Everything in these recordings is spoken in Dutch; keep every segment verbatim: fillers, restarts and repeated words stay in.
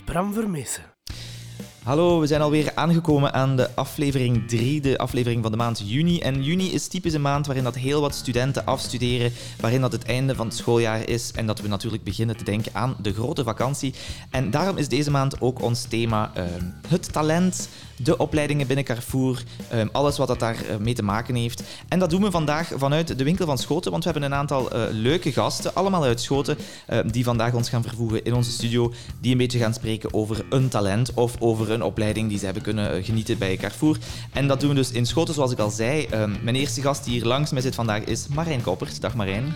Bram Vermessen. Hallo, we zijn alweer aangekomen aan de aflevering drie, de aflevering van de maand juni. En juni is typisch een maand waarin dat heel wat studenten afstuderen, waarin dat het einde van het schooljaar is en dat we natuurlijk beginnen te denken aan de grote vakantie. En daarom is deze maand ook ons thema uh, het talent, de opleidingen binnen Carrefour, uh, alles wat dat daarmee uh, te maken heeft. En dat doen we vandaag vanuit de winkel van Schoten, want we hebben een aantal uh, leuke gasten, allemaal uit Schoten, uh, die vandaag ons gaan vervoegen in onze studio, die een beetje gaan spreken over een talent of over een opleiding die ze hebben kunnen genieten bij Carrefour. En dat doen we dus in Schoten, zoals ik al zei. Uh, mijn eerste gast die hier langs mij zit vandaag is Marijn Koppert. Dag Marijn.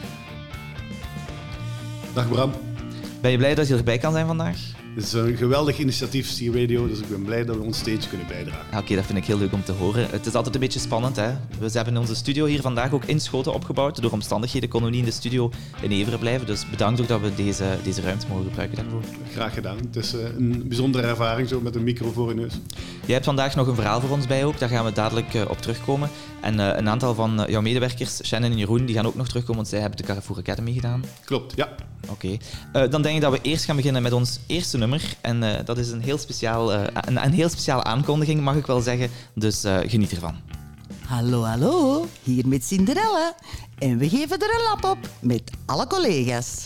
Dag Bram. Ben je blij dat je erbij kan zijn vandaag? Het is een geweldig initiatief, C-Radio, dus ik ben blij dat we ons steentje kunnen bijdragen. Oké, okay, dat vind ik heel leuk om te horen. Het is altijd een beetje spannend, hè. We hebben onze studio hier vandaag ook in Schoten opgebouwd. Door omstandigheden konden we niet in de studio in Everen blijven, dus bedankt ook dat we deze, deze ruimte mogen gebruiken daarvoor. Graag gedaan. Het is een bijzondere ervaring, zo met een micro voor je neus. Jij hebt vandaag nog een verhaal voor ons bij ook, daar gaan we dadelijk uh, op terugkomen. En uh, een aantal van uh, jouw medewerkers, Shannon en Jeroen, die gaan ook nog terugkomen, want zij hebben de Carrefour Academy gedaan. Klopt, ja. Oké. Okay. Uh, dan denk ik dat we eerst gaan beginnen met ons eerste nummer. En uh, dat is een heel, speciaal, uh, een, een heel speciale aankondiging, mag ik wel zeggen. Dus uh, geniet ervan. Hallo, hallo. Hier met Cinderella. En we geven er een lap op met alle collega's.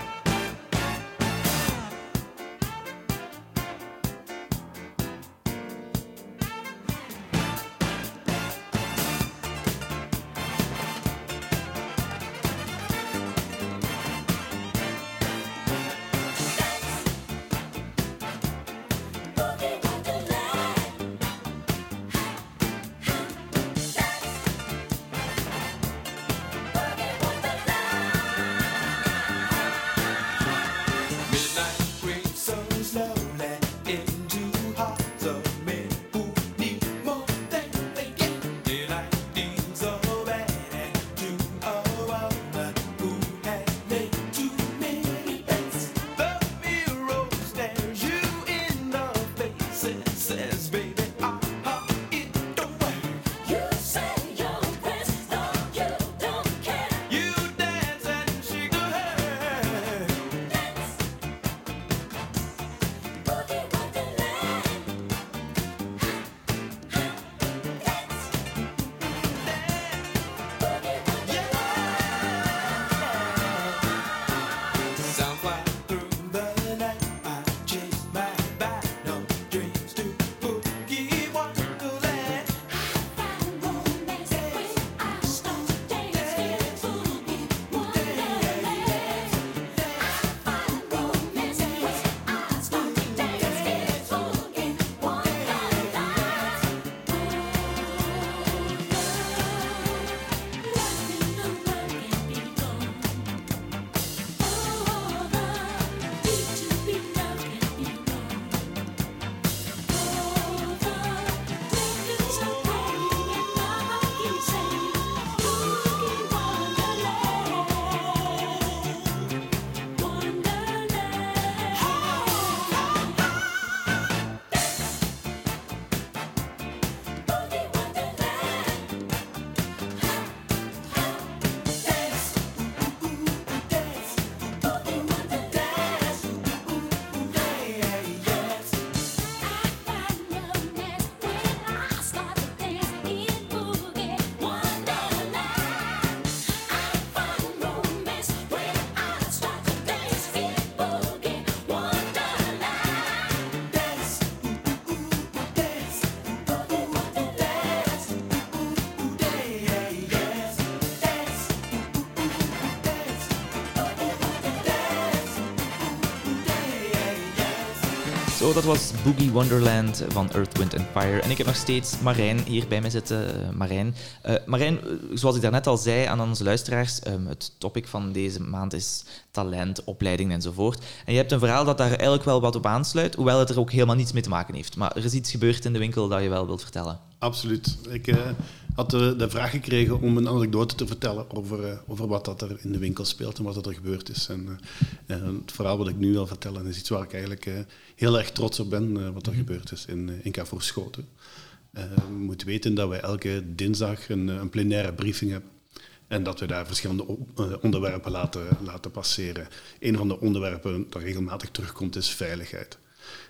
Zo, dat was Boogie Wonderland van Earth, Wind and Fire. En ik heb nog steeds Marijn hier bij mij zitten. Uh, Marijn, uh, Marijn, zoals ik daarnet al zei aan onze luisteraars, um, het topic van deze maand is talent, opleiding enzovoort. En je hebt een verhaal dat daar eigenlijk wel wat op aansluit, hoewel het er ook helemaal niets mee te maken heeft. Maar er is iets gebeurd in de winkel dat je wel wilt vertellen. Absoluut. Ik uh, had de, de vraag gekregen om een anekdote te vertellen over, uh, over wat dat er in de winkel speelt en wat dat er gebeurd is. En uh, uh, het verhaal wat ik nu wil vertellen is iets waar ik eigenlijk uh, heel erg trots op ben, uh, wat er mm-hmm. gebeurd is in, uh, in Carrefour Schoten. Uh, je moet weten dat wij elke dinsdag een, een plenaire briefing hebben. En dat we daar verschillende onderwerpen laten, laten passeren. Een van de onderwerpen dat regelmatig terugkomt is veiligheid.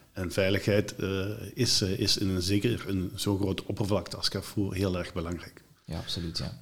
En veiligheid uh, is, uh, is in een, zeker een zo grote oppervlakte als Carrefour heel erg belangrijk. Ja, absoluut, ja.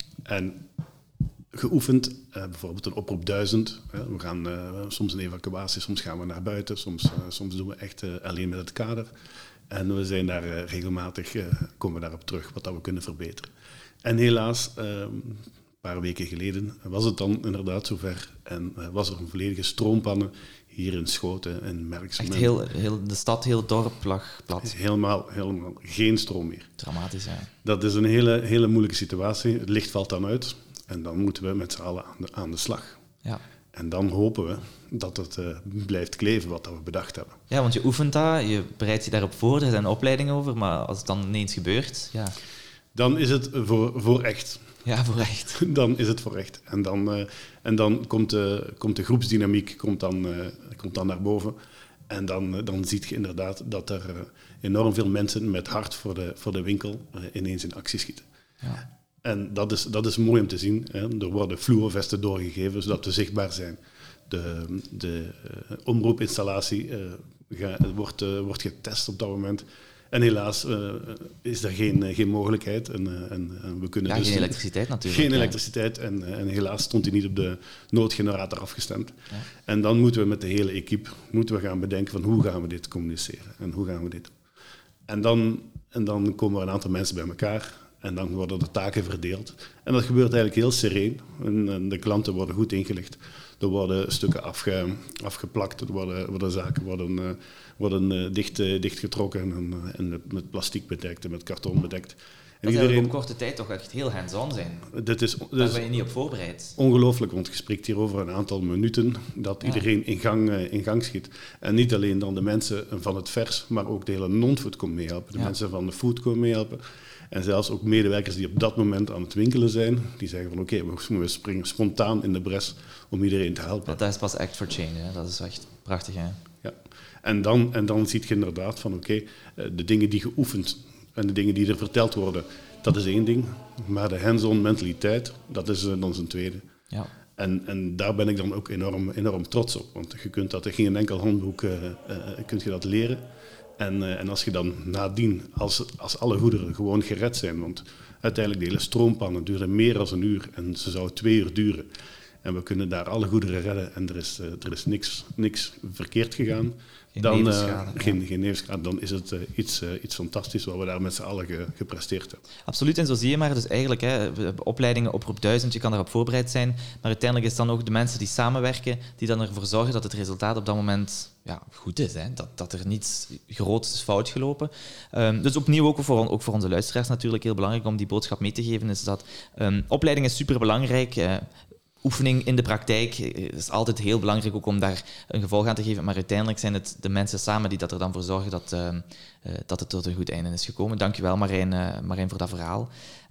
En geoefend, uh, bijvoorbeeld een oproep duizend. Uh, we gaan uh, soms een evacuatie, soms gaan we naar buiten, soms, uh, soms doen we echt uh, alleen met het kader. En we zijn daar uh, regelmatig, uh, komen we daarop terug, wat dat we kunnen verbeteren. En helaas, uh, een paar weken geleden, was het dan inderdaad zover en uh, was er een volledige stroompanne hier in Schoten en Merks. Echt heel, heel, de stad, heel het dorp lag plat. Helemaal, helemaal geen stroom meer. Dramatisch, ja. Dat is een hele, hele moeilijke situatie. Het licht valt dan uit en dan moeten we met z'n allen aan de, aan de slag. Ja. En dan hopen we dat het uh, blijft kleven wat dat we bedacht hebben. Ja, want je oefent dat, je bereidt je daarop voor, er zijn opleidingen over, maar als het dan ineens gebeurt, ja... Dan is het voor, voor echt. Ja, voor echt. Dan is het voor echt. En dan, uh, en dan komt, de, komt de groepsdynamiek komt dan, uh, komt dan naar boven. En dan, uh, dan zie je inderdaad dat er uh, enorm veel mensen met hart voor de, voor de winkel uh, ineens in actie schieten. Ja. En dat is, dat is mooi om te zien. Hè. Er worden fluovesten doorgegeven, zodat we zichtbaar zijn. De, de uh, omroepinstallatie uh, ga, wordt, uh, wordt getest op dat moment. En helaas uh, is er geen, uh, geen mogelijkheid. En, uh, en, en we kunnen ja, dus geen elektriciteit natuurlijk. Geen ja. elektriciteit. En, uh, en helaas stond hij niet op de noodgenerator afgestemd. Ja. En dan moeten we met de hele equipe moeten we gaan bedenken van hoe gaan we dit communiceren. En hoe gaan we dit doen. En dan, en dan komen er een aantal mensen bij elkaar. En dan worden de taken verdeeld. En dat gebeurt eigenlijk heel sereen. En, en de klanten worden goed ingelicht. Er worden stukken afge, afgeplakt. Er worden, worden zaken worden, uh, worden uh, dicht, uh, dichtgetrokken. En, uh, en met, met plastic bedekt en met karton bedekt. En dat iedereen, op korte tijd toch echt heel hands-on zijn. Dit is, Daar dit is ben je niet op voorbereid. ongelooflijk, want je spreekt hier over een aantal minuten dat Ja. iedereen in gang, uh, in gang schiet. En niet alleen dan de mensen van het vers, maar ook de hele non-food komen meehelpen. De Ja. mensen van de food komen meehelpen. En zelfs ook medewerkers die op dat moment aan het winkelen zijn, die zeggen van oké, okay, we springen spontaan in de bres om iedereen te helpen. Dat, dat is pas act for change, hè. Dat is echt prachtig, hè. Ja. En, dan, en dan zie je inderdaad van oké, okay, de dingen die geoefend en de dingen die er verteld worden, dat is één ding. Maar de hands-on mentaliteit, dat is uh, dan zijn tweede. Ja. En, en daar ben ik dan ook enorm, enorm trots op. Want je kunt dat in geen enkel handboek uh, uh, kunt je dat leren. En, uh, en als je dan nadien, als, als alle goederen gewoon gered zijn, want uiteindelijk de hele stroompannen duren meer dan een uur en ze zou twee uur duren. En we kunnen daar alle goederen redden en er is, uh, er is niks, niks verkeerd gegaan. Geen dan, uh, nevenschade, ja. geen, geen nevenschade, dan is het uh, iets, uh, iets fantastisch wat we daar met z'n allen ge, gepresteerd hebben. Absoluut, en zo zie je maar. Dus eigenlijk, hè, opleidingen, oproep duizend, je kan daarop voorbereid zijn. Maar uiteindelijk is het dan ook de mensen die samenwerken, die dan ervoor zorgen dat het resultaat op dat moment ja, goed is. Hè? Dat, dat er niets groots is fout gelopen. Um, dus opnieuw, ook voor, ook voor onze luisteraars natuurlijk heel belangrijk om die boodschap mee te geven, is dat um, opleiding is superbelangrijk. Uh, Oefening in de praktijk is altijd heel belangrijk ook om daar een gevolg aan te geven. Maar uiteindelijk zijn het de mensen samen die dat er dan voor zorgen dat, uh, uh, dat het tot een goed einde is gekomen. Dankjewel Marijn, uh, Marijn voor dat verhaal.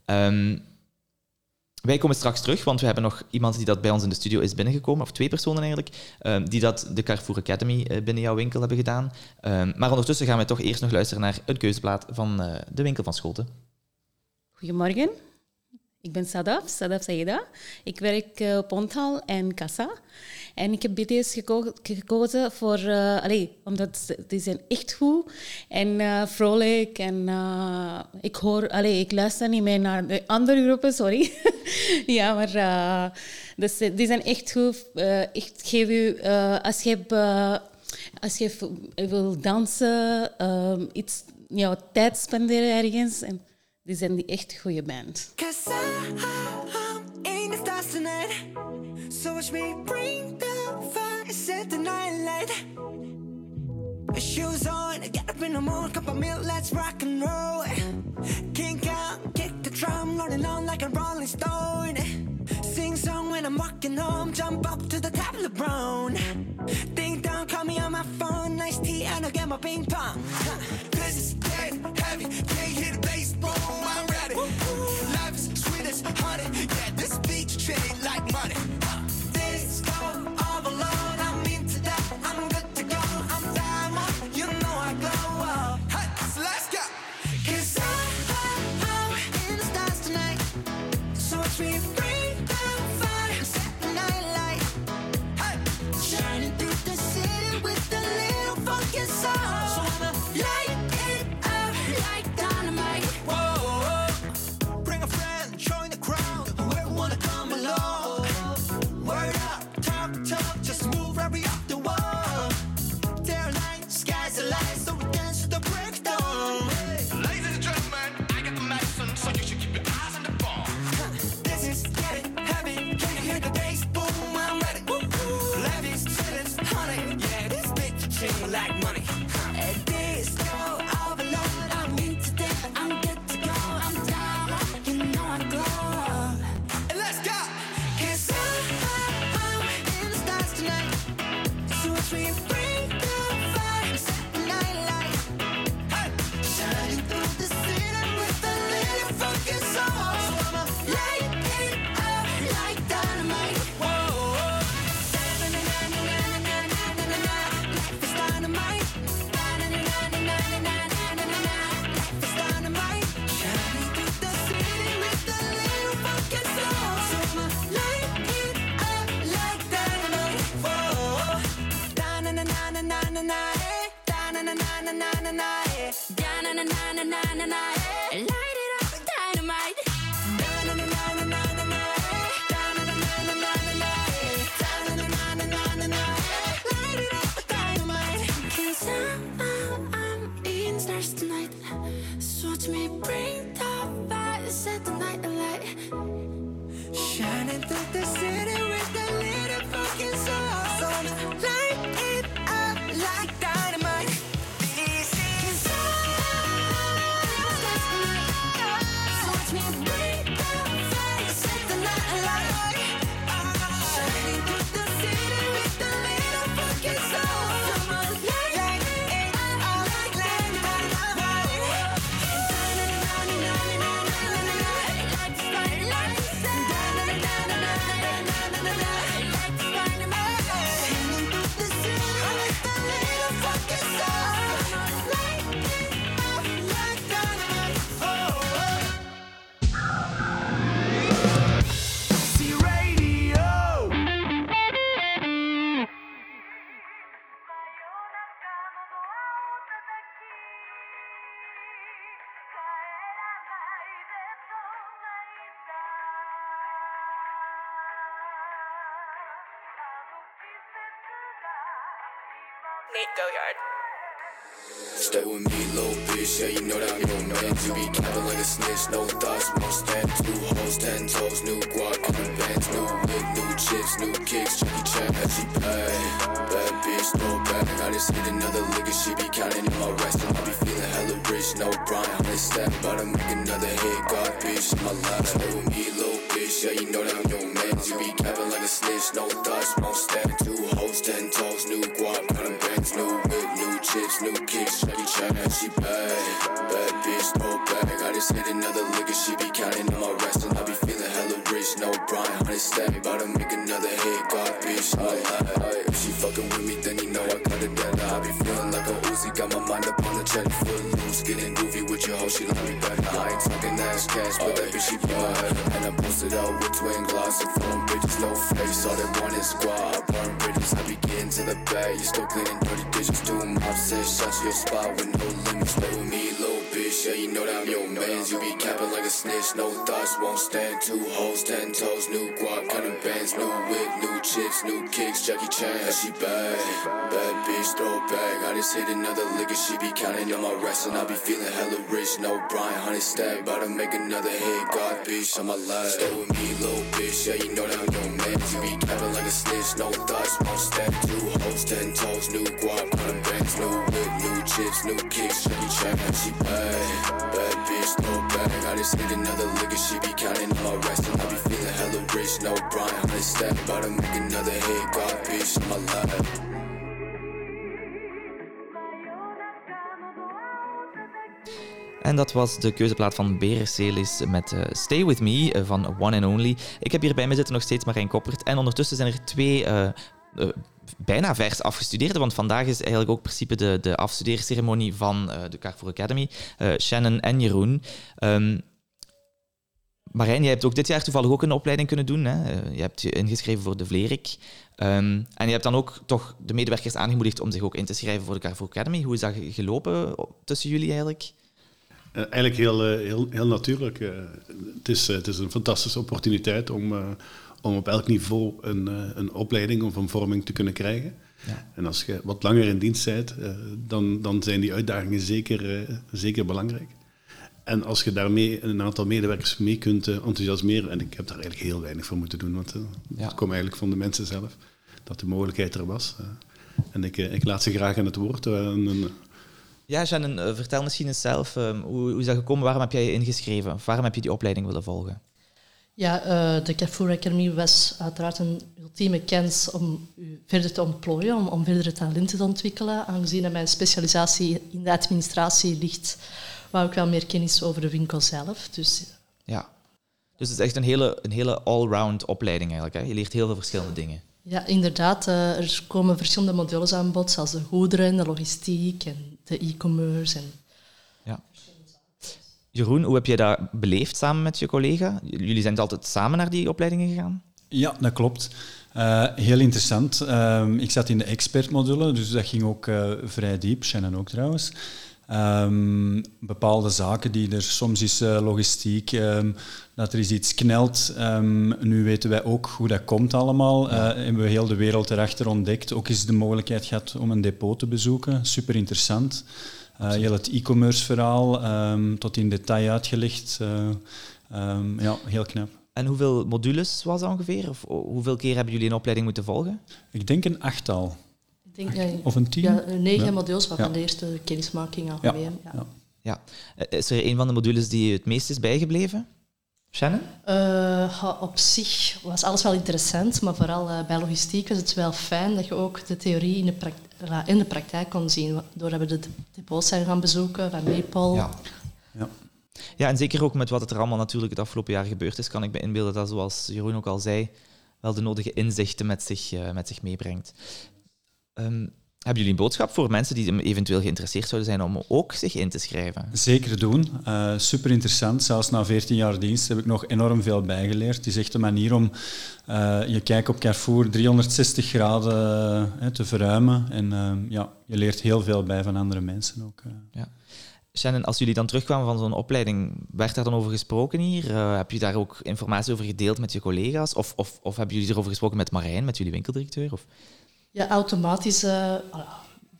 Um, wij komen straks terug, want we hebben nog iemand die dat bij ons in de studio is binnengekomen, of twee personen eigenlijk, um, die dat de Carrefour Academy uh, binnen jouw winkel hebben gedaan. Um, maar ondertussen gaan we toch eerst nog luisteren naar een keuzeplaat van uh, de winkel van Schoten. Goedemorgen. Ik ben Sadaf, Sadaf Saida. Ik werk uh, op Onthal en Kassa. En ik heb B T S geko- gekozen voor, uh, allee, omdat die zijn echt goed en uh, vrolijk. En uh, ik hoor, allee, ik luister niet meer naar de andere groepen, sorry. ja, maar uh, dus, die zijn echt goed. Uh, echt geef u, uh, als je hebt, uh, als je v- wil dansen, uh, iets, ja, tijd spenderen ergens. En, die zijn die echt goede band. Cause I, I'm in the stars tonight. So watch me bring the fire, set the night light. Shoes on, get up in the morning, cup of milk, let's rock and roll. Kink out, kick the drum, rolling on like a rolling stone. Sing song when I'm walking home, jump up to the top of the brown. Ding dong, call me on my phone, nice tea and I'll get my ping pong. This is dead heavy, can't hit the bass, boom, I'm ready. Life is sweet as honey, yeah, this beat treat like money. This go all alone, I'm into that, I'm good to go, I'm diamond, you know I glow up. Hey, so let's go. Cause I, I, I'm in the stars tonight, so watch me bring the fire, set the night light. Hey, shining through the city with a little funky soul. Nate Goyard. Stay with me, little bitch, yeah, you know that I'm your man. You be capping like a snitch, no thoughts, won't stand. New hoes, ten toes, new guac, new bands, new whip, new chips, new kicks, Jackie Chan, as she pay. Bad bitch, throw back, I just hit another liquor, she be counting in my rest. And I be feeling hella rich, no Brian, hundred step, about to make another hit, God, bitch, in my life. Stay with me, little bitch, yeah, you know that I'm your man. You be capping like a snitch, no thoughts, won't stand. Two hoes, ten toes, new guac, new bands, new whip, new chips, new kicks, Jackie Chan, and she bad. Bad bitch, throw back. I just hit another liquor, she be counting on my rest. And I be feeling hella rich, no Brian, hundred step, about to make another hit, God, bitch, I lie. If she fucking with me, then you know I got it down. I be feeling like a Uzi, got my mind up on the check, foot loose, getting goofy with your hoe, she like me better. I ain't talking ass cash, but that bitch she bad. And I posted out with twin glass and foreign bitches, no face, all they want is squad. I burn bridges, I be getting to the bag, you still cleaning dirty dishes, doing my set, shots to your spot with no limits. Stay with me, little bitch, yeah, you know that I'm your mans. You be capping like a snitch, no thoughts, won't stand. Two hoes, ten toes, new guac, counting bands, new whip, new chips, new kicks, Jackie Chan, and she bad. Bad bitch, throw back. I just hit another liquor, she be counting on my rest. And I be feeling hella rich, no Brian, hundred stack, about to make another hit, God, bitch, on my life. Stay with me, little bitch, yeah, you know that I'm your mans. You be capping like a snitch, no thoughts, won't stand. Two hoes, ten toes, new guac, counting bands, new whip, new chips, new kicks, Jackie Chan, and she bad. Bad bitch, throw back. I just hit another liquor, she be counting on my rest. And I be feeling hella rich, no Brian, hundred stack, about to make another hit, God, bitch, on my life. En dat was de keuzeplaat van Beres Celis met uh, Stay With Me uh, van One and Only. Ik heb hier bij me zitten nog steeds Marijn Koppert. En ondertussen zijn er twee uh, uh, bijna vers afgestudeerden, want vandaag is eigenlijk ook in principe de, de afstudeerceremonie van uh, de Carrefour Academy. Uh, Shannon en Jeroen. Um, Marijn, jij hebt ook dit jaar toevallig ook een opleiding kunnen doen. Hè? Uh, je hebt je ingeschreven voor de Vlerik. Um, en je hebt dan ook toch de medewerkers aangemoedigd om zich ook in te schrijven voor de Carrefour Academy. Hoe is dat gelopen tussen jullie eigenlijk? Uh, eigenlijk heel, uh, heel, heel natuurlijk. Uh, het, is, uh, het is een fantastische opportuniteit om, uh, om op elk niveau een, uh, een opleiding of een vorming te kunnen krijgen. Ja. En als je wat langer in dienst bent, uh, dan, dan zijn die uitdagingen zeker, uh, zeker belangrijk. En als je daarmee een aantal medewerkers mee kunt uh, enthousiasmeren, en ik heb daar eigenlijk heel weinig voor moeten doen, want uh, ja. het kwam eigenlijk van de mensen zelf, dat de mogelijkheid er was. Uh, en ik, uh, ik laat ze graag aan het woord. Uh, een, Ja, Shannon, uh, vertel misschien eens zelf, uh, hoe, hoe is dat gekomen? Waarom heb jij je ingeschreven? Of waarom heb je die opleiding willen volgen? Ja, uh, de Carrefour Academy was uiteraard een ultieme kans om u verder te ontplooien, om, om verdere talenten te ontwikkelen. Aangezien dat mijn specialisatie in de administratie ligt, wou ik wel meer kennis over de winkel zelf. Dus ja, dus het is echt een hele, een hele all-round opleiding eigenlijk. Hè? Je leert heel veel verschillende dingen. Ja, inderdaad. Uh, er komen verschillende modules aan bod, zoals de goederen, de logistiek en de e-commerce. En ja. Jeroen, hoe heb je dat beleefd samen met je collega? Jullie zijn altijd samen naar die opleidingen gegaan? Ja, dat klopt. Uh, heel interessant. Uh, ik zat in de expertmodule, dus dat ging ook uh, vrij diep. Shannon ook trouwens. Um, bepaalde zaken die er soms is, uh, logistiek, um, dat er is iets knelt. Um, nu weten wij ook hoe dat komt allemaal. Uh, hebben we heel de wereld erachter ontdekt. Ook is de mogelijkheid gehad om een depot te bezoeken. Super interessant. Uh, heel het e-commerce verhaal um, tot in detail uitgelegd. Uh, um, ja, heel knap. En hoeveel modules was dat ongeveer? Of hoeveel keer hebben jullie een opleiding moeten volgen? Ik denk een achttal. Ik denk, ja, of een tien? Ja, negen ja. modules, waarvan ja. de eerste kennismaking algemeen. Ja. Ja. Ja. Ja. Is er een van de modules die je het meest is bijgebleven? Shannon? Uh, op zich was alles wel interessant, maar vooral uh, bij logistiek was het wel fijn dat je ook de theorie in de, praktijk, in de praktijk kon zien. Doordat we de depots zijn gaan bezoeken van Maple. Ja. Ja. Ja, en zeker ook met wat er allemaal natuurlijk het afgelopen jaar gebeurd is, kan ik me inbeelden dat, zoals Jeroen ook al zei, wel de nodige inzichten met zich, uh, met zich meebrengt. Um, hebben jullie een boodschap voor mensen die eventueel geïnteresseerd zouden zijn om ook zich in te schrijven? Zeker doen. Uh, super interessant. Zelfs na veertien jaar dienst heb ik nog enorm veel bijgeleerd. Het is echt een manier om uh, je kijk op Carrefour driehonderdzestig graden uh, te verruimen. En uh, ja, je leert heel veel bij van andere mensen ook. Uh. Ja. Shannon, als jullie dan terugkwamen van zo'n opleiding, werd daar dan over gesproken hier? Uh, heb je daar ook informatie over gedeeld met je collega's? Of, of, of hebben jullie erover gesproken met Marijn, met jullie winkeldirecteur? Of? Ja, automatisch uh,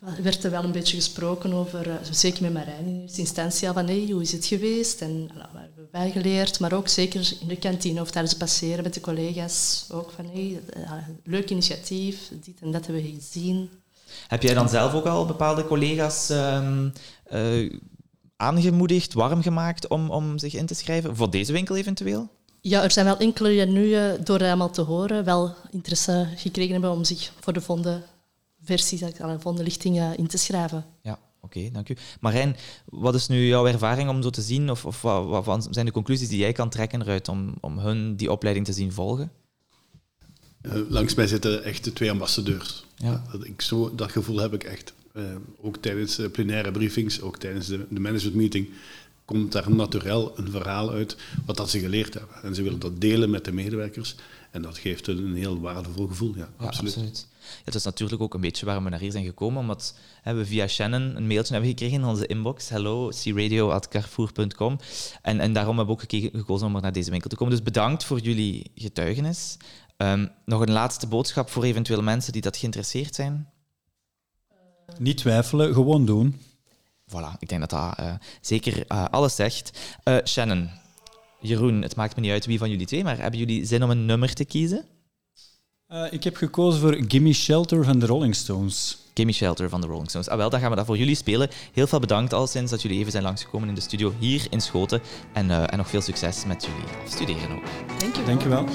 er werd er wel een beetje gesproken over, uh, zeker met Marijn in eerste instantie, van hey, hoe is het geweest en uh, wat hebben wij geleerd, maar ook zeker in de kantine of tijdens het passeren met de collega's, ook van hey, uh, leuk initiatief, dit en dat hebben we gezien. Heb jij dan zelf ook al bepaalde collega's uh, uh, aangemoedigd, warm gemaakt om, om zich in te schrijven? Voor deze winkel eventueel? Ja, er zijn wel enkele die nu, uh, door het allemaal te horen, wel interesse gekregen hebben om zich voor de volgende versie, de volgende lichting uh, in te schrijven. Ja, oké, okay, dank u. Marijn, wat is nu jouw ervaring om zo te zien, of, of wat, wat zijn de conclusies die jij kan trekken eruit om, om hun die opleiding te zien volgen? Uh, langs mij zitten echt de twee ambassadeurs. Ja. Dat, ik zo, dat gevoel heb ik echt. Uh, ook tijdens uh, plenaire briefings, ook tijdens de, de managementmeeting, komt daar naturel een verhaal uit wat dat ze geleerd hebben. En ze willen dat delen met de medewerkers. En dat geeft een heel waardevol gevoel. Ja, ja absoluut. absoluut. Ja, het is natuurlijk ook een beetje waarom we naar hier zijn gekomen, omdat hè, we via Shannon een mailtje hebben gekregen in onze inbox. Hello, c radio at carrefour punt com. En, en daarom hebben we ook geke- gekozen om naar deze winkel te komen. Dus bedankt voor jullie getuigenis. Um, nog een laatste boodschap voor eventuele mensen die dat geïnteresseerd zijn? Niet twijfelen, gewoon doen. Voilà, ik denk dat dat uh, zeker uh, alles zegt. Uh, Shannon, Jeroen, het maakt me niet uit wie van jullie twee, maar hebben jullie zin om een nummer te kiezen? Uh, ik heb gekozen voor Gimme Shelter van de Rolling Stones. Gimme Shelter van de Rolling Stones. Ah, wel, dan gaan we dat voor jullie spelen. Heel veel bedankt al sinds dat jullie even zijn langsgekomen in de studio hier in Schoten. En, uh, en nog veel succes met jullie afstuderen ook. Dank je wel. Dank je wel.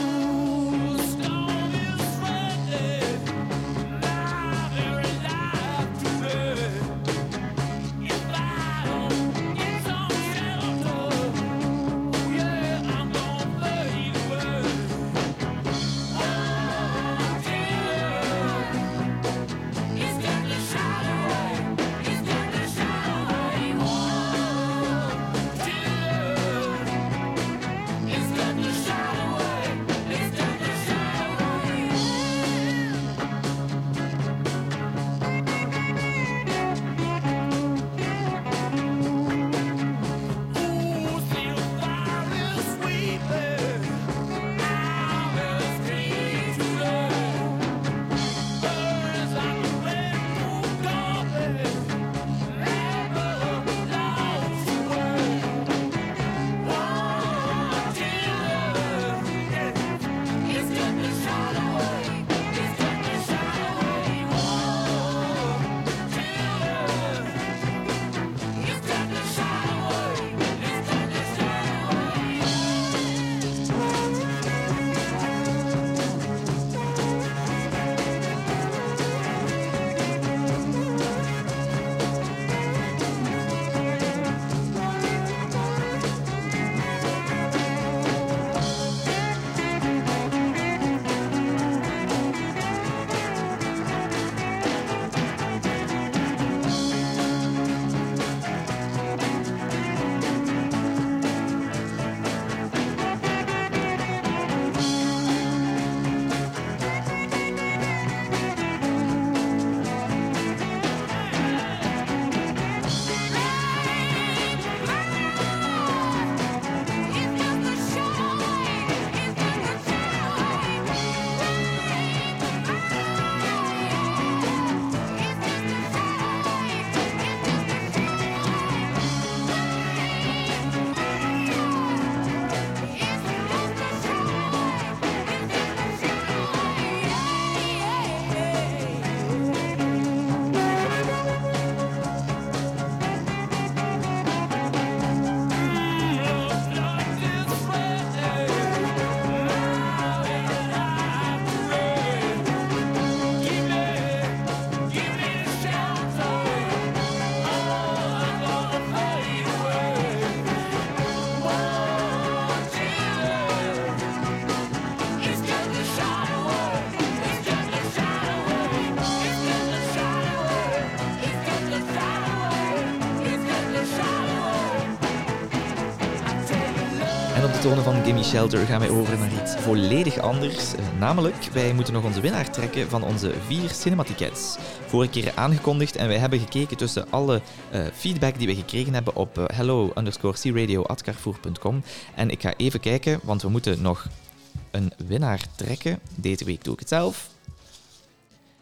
tonen van Gimme Shelter gaan wij over naar iets volledig anders. Namelijk, wij moeten nog onze winnaar trekken van onze vier cinematickets. Vorige keer aangekondigd en wij hebben gekeken tussen alle uh, feedback die we gekregen hebben op uh, hello underscore c radio at carrefour punt com. En ik ga even kijken, want we moeten nog een winnaar trekken. Deze week doe ik het zelf.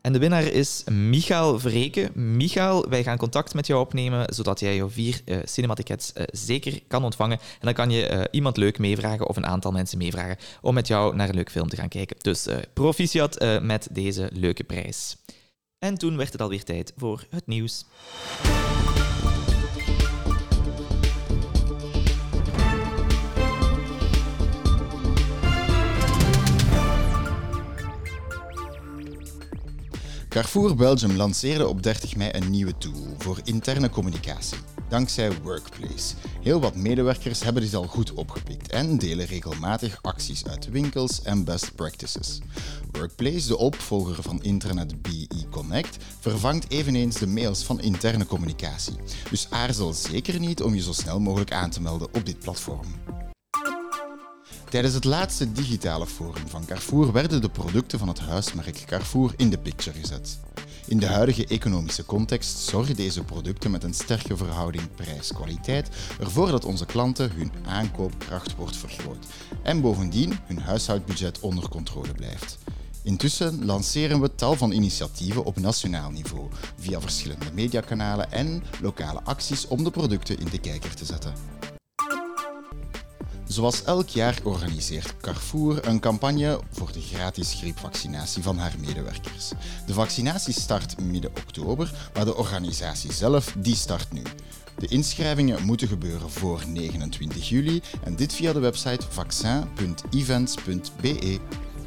En de winnaar is Michael Verreken. Michael, wij gaan contact met jou opnemen, zodat jij jouw vier uh, cinematickets uh, zeker kan ontvangen. En dan kan je uh, iemand leuk meevragen of een aantal mensen meevragen om met jou naar een leuk film te gaan kijken. Dus uh, proficiat uh, met deze leuke prijs. En toen werd het alweer tijd voor het nieuws. Carrefour Belgium lanceerde op dertig mei een nieuwe tool voor interne communicatie, dankzij Workplace. Heel wat medewerkers hebben dit al goed opgepikt en delen regelmatig acties uit winkels en best practices. Workplace, de opvolger van Intranet B E Connect, vervangt eveneens de mails van interne communicatie. Dus aarzel zeker niet om je zo snel mogelijk aan te melden op dit platform. Tijdens het laatste digitale forum van Carrefour werden de producten van het huismerk Carrefour in de picture gezet. In de huidige economische context zorgen deze producten met een sterke verhouding prijs-kwaliteit ervoor dat onze klanten hun aankoopkracht wordt vergroot en bovendien hun huishoudbudget onder controle blijft. Intussen lanceren we tal van initiatieven op nationaal niveau, via verschillende mediakanalen en lokale acties om de producten in de kijker te zetten. Zoals elk jaar organiseert Carrefour een campagne voor de gratis griepvaccinatie van haar medewerkers. De vaccinatie start midden oktober, maar de organisatie zelf die start nu. De inschrijvingen moeten gebeuren voor negenentwintig juli en dit via de website vaccin punt events punt b e.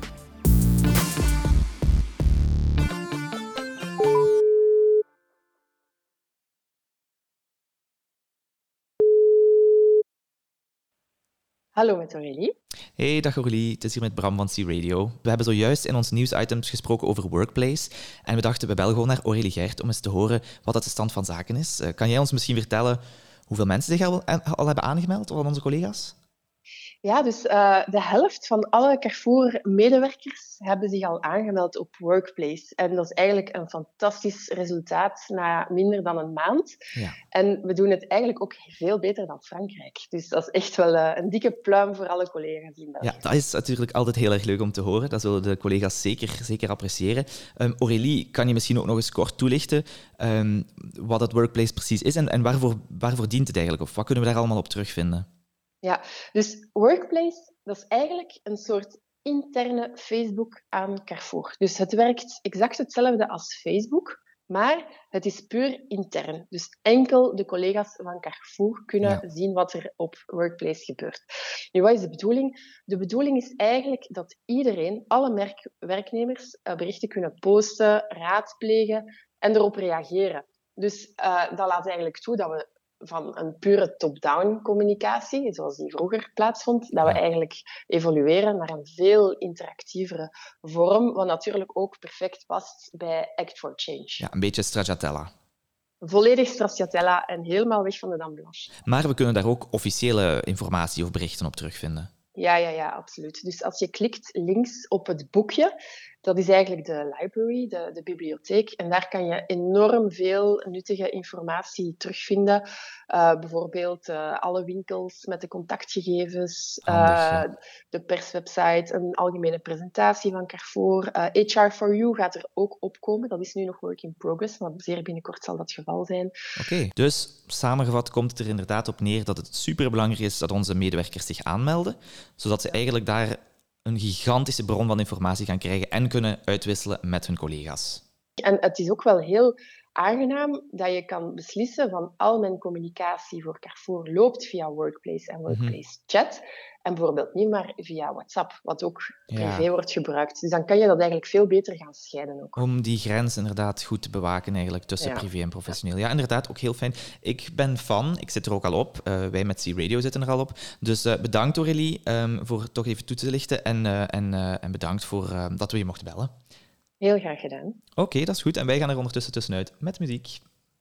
Hallo met Aurélie. Hey, dag Aurélie. Het is hier met Bram van C-Radio. We hebben zojuist in onze nieuwsitems gesproken over Workplace. En we dachten, we bellen gewoon naar Aurélie Gert om eens te horen wat dat de stand van zaken is. Uh, kan jij ons misschien vertellen hoeveel mensen zich al, al hebben aangemeld van onze collega's? Ja, dus uh, de helft van alle Carrefour-medewerkers hebben zich al aangemeld op Workplace. En dat is eigenlijk een fantastisch resultaat na minder dan een maand. Ja. En we doen het eigenlijk ook veel beter dan Frankrijk. Dus dat is echt wel uh, een dikke pluim voor alle collega's in België. Ja, dat is natuurlijk altijd heel erg leuk om te horen. Dat zullen de collega's zeker, zeker appreciëren. Um, Aurélie, kan je misschien ook nog eens kort toelichten um, wat het Workplace precies is en, en waarvoor, waarvoor dient het eigenlijk? Of wat kunnen we daar allemaal op terugvinden? Ja, dus Workplace, dat is eigenlijk een soort interne Facebook aan Carrefour. Dus het werkt exact hetzelfde als Facebook, maar het is puur intern. Dus enkel de collega's van Carrefour kunnen ja. zien wat er op Workplace gebeurt. Nu, wat is de bedoeling? De bedoeling is eigenlijk dat iedereen, alle merk- werknemers, uh, berichten kunnen posten, raadplegen en erop reageren. Dus uh, dat laat eigenlijk toe dat we van een pure top-down communicatie, zoals die vroeger plaatsvond, dat we eigenlijk evolueren naar een veel interactievere vorm, wat natuurlijk ook perfect past bij Act for Change. Ja, een beetje stracciatella. Volledig stracciatella en helemaal weg van de dame blanche. Maar we kunnen daar ook officiële informatie of berichten op terugvinden. Ja, ja, ja, absoluut. Dus als je klikt links op het boekje, dat is eigenlijk de library, de, de bibliotheek. En daar kan je enorm veel nuttige informatie terugvinden. Uh, bijvoorbeeld uh, alle winkels met de contactgegevens, Handig, uh, ja. de perswebsite, een algemene presentatie van Carrefour. Uh, H R for You gaat er ook opkomen. Dat is nu nog work in progress, maar zeer binnenkort zal dat het geval zijn. Oké, okay, dus samengevat komt het er inderdaad op neer dat het superbelangrijk is dat onze medewerkers zich aanmelden, zodat ze eigenlijk daar een gigantische bron van informatie gaan krijgen en kunnen uitwisselen met hun collega's. En het is ook wel heel aangenaam dat je kan beslissen van al mijn communicatie voor Carrefour loopt via Workplace en Workplace mm-hmm. Chat. En bijvoorbeeld niet maar via WhatsApp, wat ook privé ja. wordt gebruikt. Dus dan kan je dat eigenlijk veel beter gaan scheiden ook. Om die grens inderdaad goed te bewaken eigenlijk tussen ja. privé en professioneel. Ja, inderdaad, ook heel fijn. Ik ben fan, ik zit er ook al op. Uh, wij met C-Radio zitten er al op. Dus uh, bedankt Aurélie um, voor toch even toe te lichten. En, uh, en, uh, en bedankt voor uh, dat we je mochten bellen. Heel graag gedaan. Oké, okay, dat is goed. En wij gaan er ondertussen tussenuit met muziek.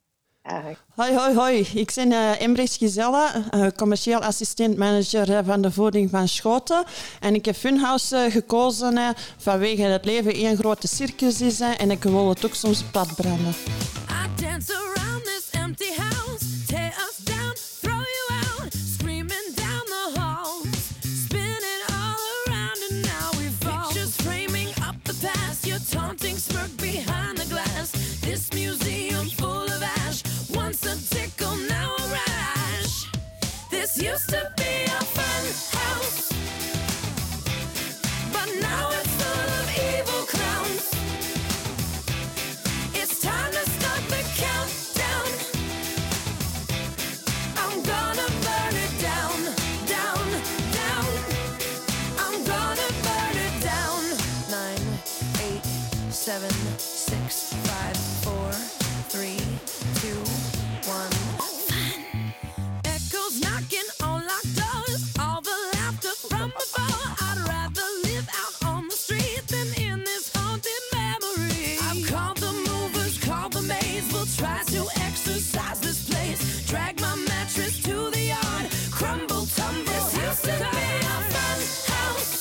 Hoi, hoi, hoi. Ik ben uh, Embrechts Gezella, uh, commercieel assistent-manager uh, van de voeding van Schoten. En ik heb Funhouse uh, gekozen uh, vanwege het leven één grote circus is uh, en ik wil het ook soms plat branden. I dance around this empty house, tear us down, throw you out, screaming down the halls, spinning all around and now we fall. Pictures framing up the past, your taunting smirk behind the glass. This museum full of ash, once a tickle, now a rash. This used to be a fun house, but now it's full of evil clowns. It's time to start the countdown. I'm gonna burn it down, down, down. I'm gonna burn it down. Nine, eight, seven, six, five, four, three, two, one. Fun. Echoes knocking on locked doors, all the laughter from before. I'd rather live out on the street than in this haunted memory. I've called the movers, called the maids. We'll try to exercise this place. Drag my mattress to the yard, crumble, tumble. This used to be a fun house,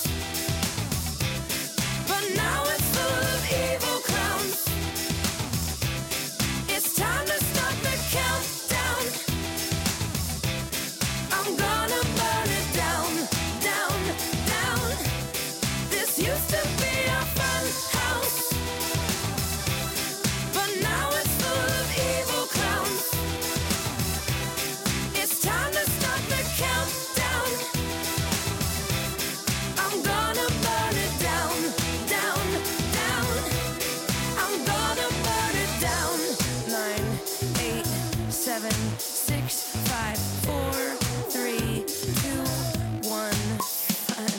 but now it's full of evil clowns. It's time to start the countdown. I'm gonna burn it down, down, down. This used to be a fun house, but now it's full of evil clowns. It's time to start the countdown. I'm gonna burn it down, down, down. I'm gonna burn it down. Nine, eight, seven, six, five, four, three, two, one. Fun.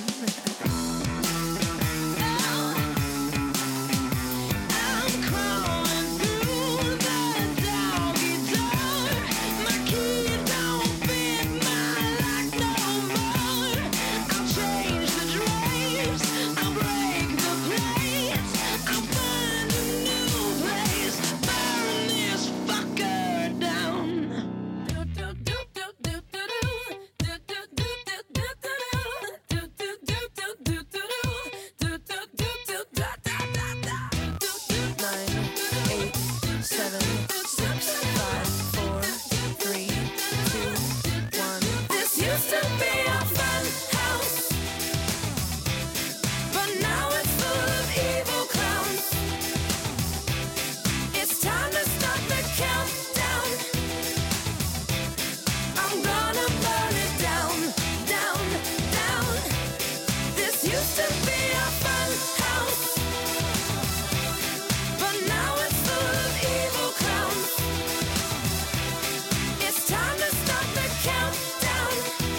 I'm crawling through the doggy door. My key don't fit my lock no more. I'll change the drapes, I'll break the plates, I'll find a new place, burn this fucker down. Nine, eight, seven, six, five, four, three, two, one. This used to be a fun house, but now it's full of evil clowns. It's time to start the countdown. I'm gonna burn it down, down, down. This used to be a fun house, but now it's full of evil clowns. It's time to start the countdown.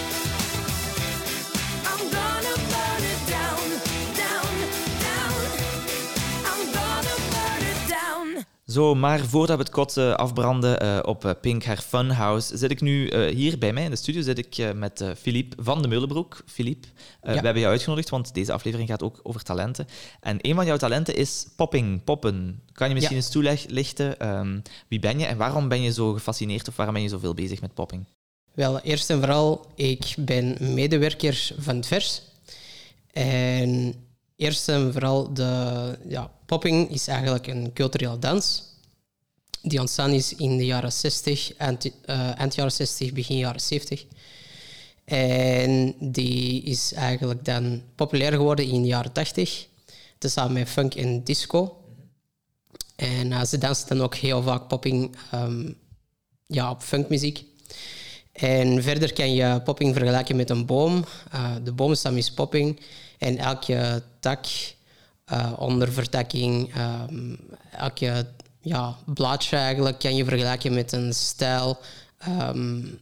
I'm gonna burn it down, down, down. I'm gonna burn it down. Zo, maar voordat we het kot eh, afbranden eh, op eh, Pink, haar funhouse, zit ik nu eh, hier bij mij in de studio zit ik eh, met eh, Philippe van de Meulenbroek. Philippe, eh, Ja. we hebben jou uitgenodigd, want deze aflevering gaat ook over talenten. En een van jouw talenten is popping, poppen. Kan je misschien Ja. eens toelichten, ehm, wie ben je en waarom ben je zo gefascineerd of waarom ben je zoveel bezig met popping? Wel, eerst en vooral, ik ben medewerker van het Vers. En eerst en vooral, de, ja, popping is eigenlijk een culturele dans die ontstaan is in de jaren zestig, eind, uh, eind jaren zestig, begin jaren zeventig. En die is eigenlijk dan populair geworden in de jaren tachtig, tezamen met funk en disco. En uh, ze dansen dan ook heel vaak popping um, ja, op funkmuziek. En verder kan je popping vergelijken met een boom. Uh, de boomstam is popping. En elke tak, uh, ondervertakking, um, elke ja, blaadje eigenlijk kan je vergelijken met een stijl. Um,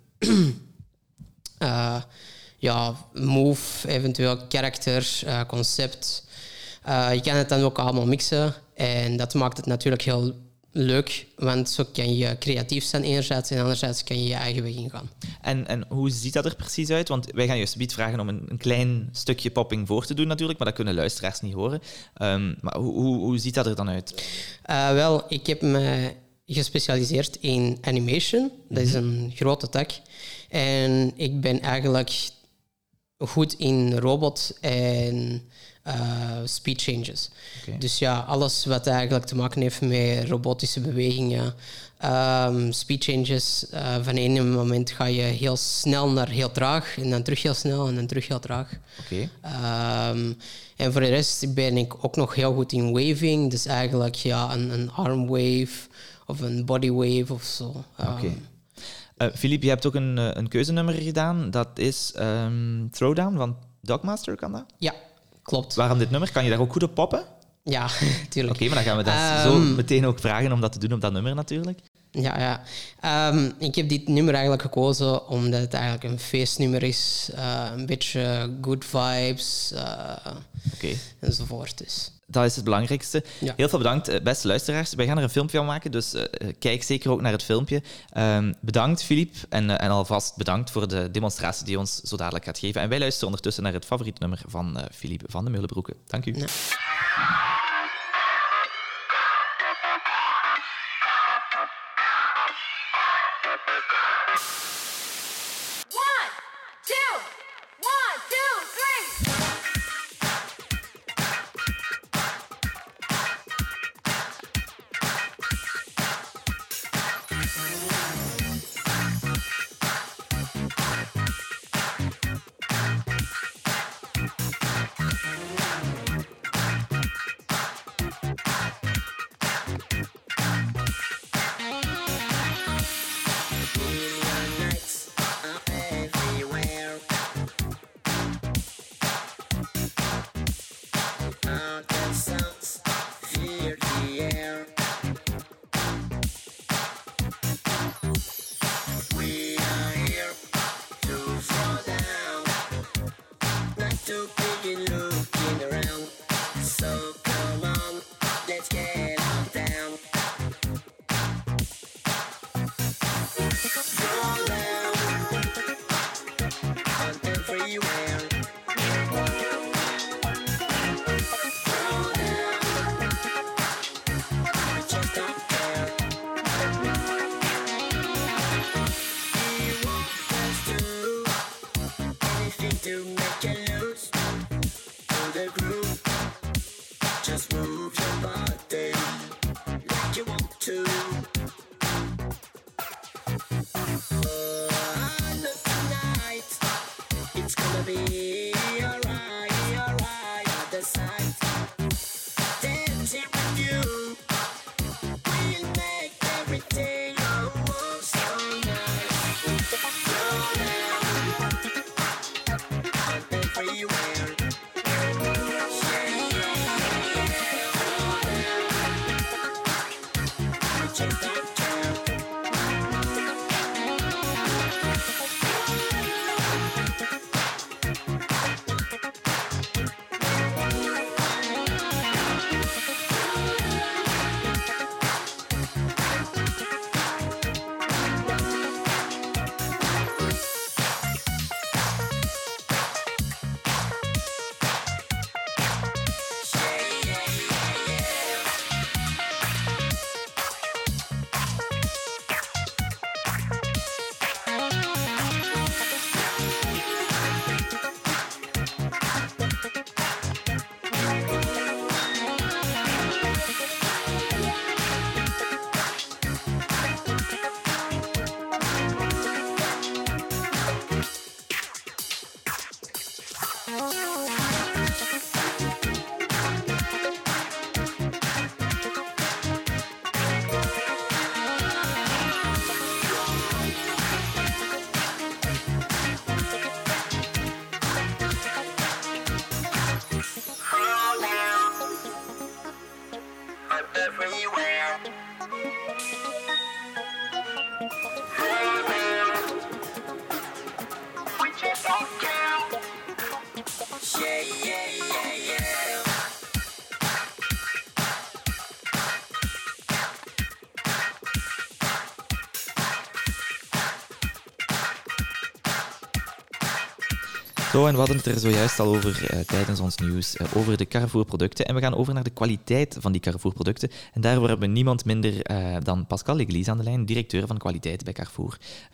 uh, ja, move, eventueel karakter, uh, concept. Uh, je kan het dan ook allemaal mixen. En dat maakt het natuurlijk heel leuk, want zo kan je creatief zijn enerzijds en anderzijds kan je je eigen weg ingaan. En, en hoe ziet dat er precies uit? Want wij gaan je subiet vragen om een, een klein stukje popping voor te doen natuurlijk, maar dat kunnen luisteraars niet horen. Um, maar hoe, hoe, hoe ziet dat er dan uit? Uh, wel, ik heb me gespecialiseerd in animation. Dat is een grote tak. En ik ben eigenlijk goed in robot en uh, speed changes. Okay. Dus ja, alles wat eigenlijk te maken heeft met robotische bewegingen, um, speed changes. Uh, van een moment ga je heel snel naar heel traag en dan terug heel snel en dan terug heel traag. Oké. Okay. Um, en voor de rest ben ik ook nog heel goed in waving. Dus eigenlijk ja, een, een arm wave of een body wave of zo. Um, Oké. Okay. Uh, Philippe, je hebt ook een, een keuzenummer gedaan. Dat is um, Throwdown van Dogmaster, kan dat? Ja, klopt. Waarom dit nummer? Kan je daar ook goed op poppen? Ja, tuurlijk. Oké, okay, maar dan gaan we dat um, zo meteen ook vragen om dat te doen op dat nummer natuurlijk. Ja, ja. Um, ik heb dit nummer eigenlijk gekozen omdat het eigenlijk een feestnummer is. Uh, een beetje good vibes uh, okay. enzovoort. Dus. Dat is het belangrijkste. Ja. Heel veel bedankt, beste luisteraars. Wij gaan er een filmpje van maken, dus uh, kijk zeker ook naar het filmpje. Um, bedankt, Philippe. En, uh, en alvast bedankt voor de demonstratie die ons zo dadelijk gaat geven. En wij luisteren ondertussen naar het favoriete nummer van uh, Philippe van de Meulenbroeke. Dank u. Ja. Zo, en we hadden het er zojuist al over uh, tijdens ons nieuws, uh, over de Carrefour-producten. En we gaan over naar de kwaliteit van die Carrefour-producten. En daarvoor hebben we niemand minder uh, dan Pascal Leglies aan de lijn, directeur van kwaliteit bij Carrefour.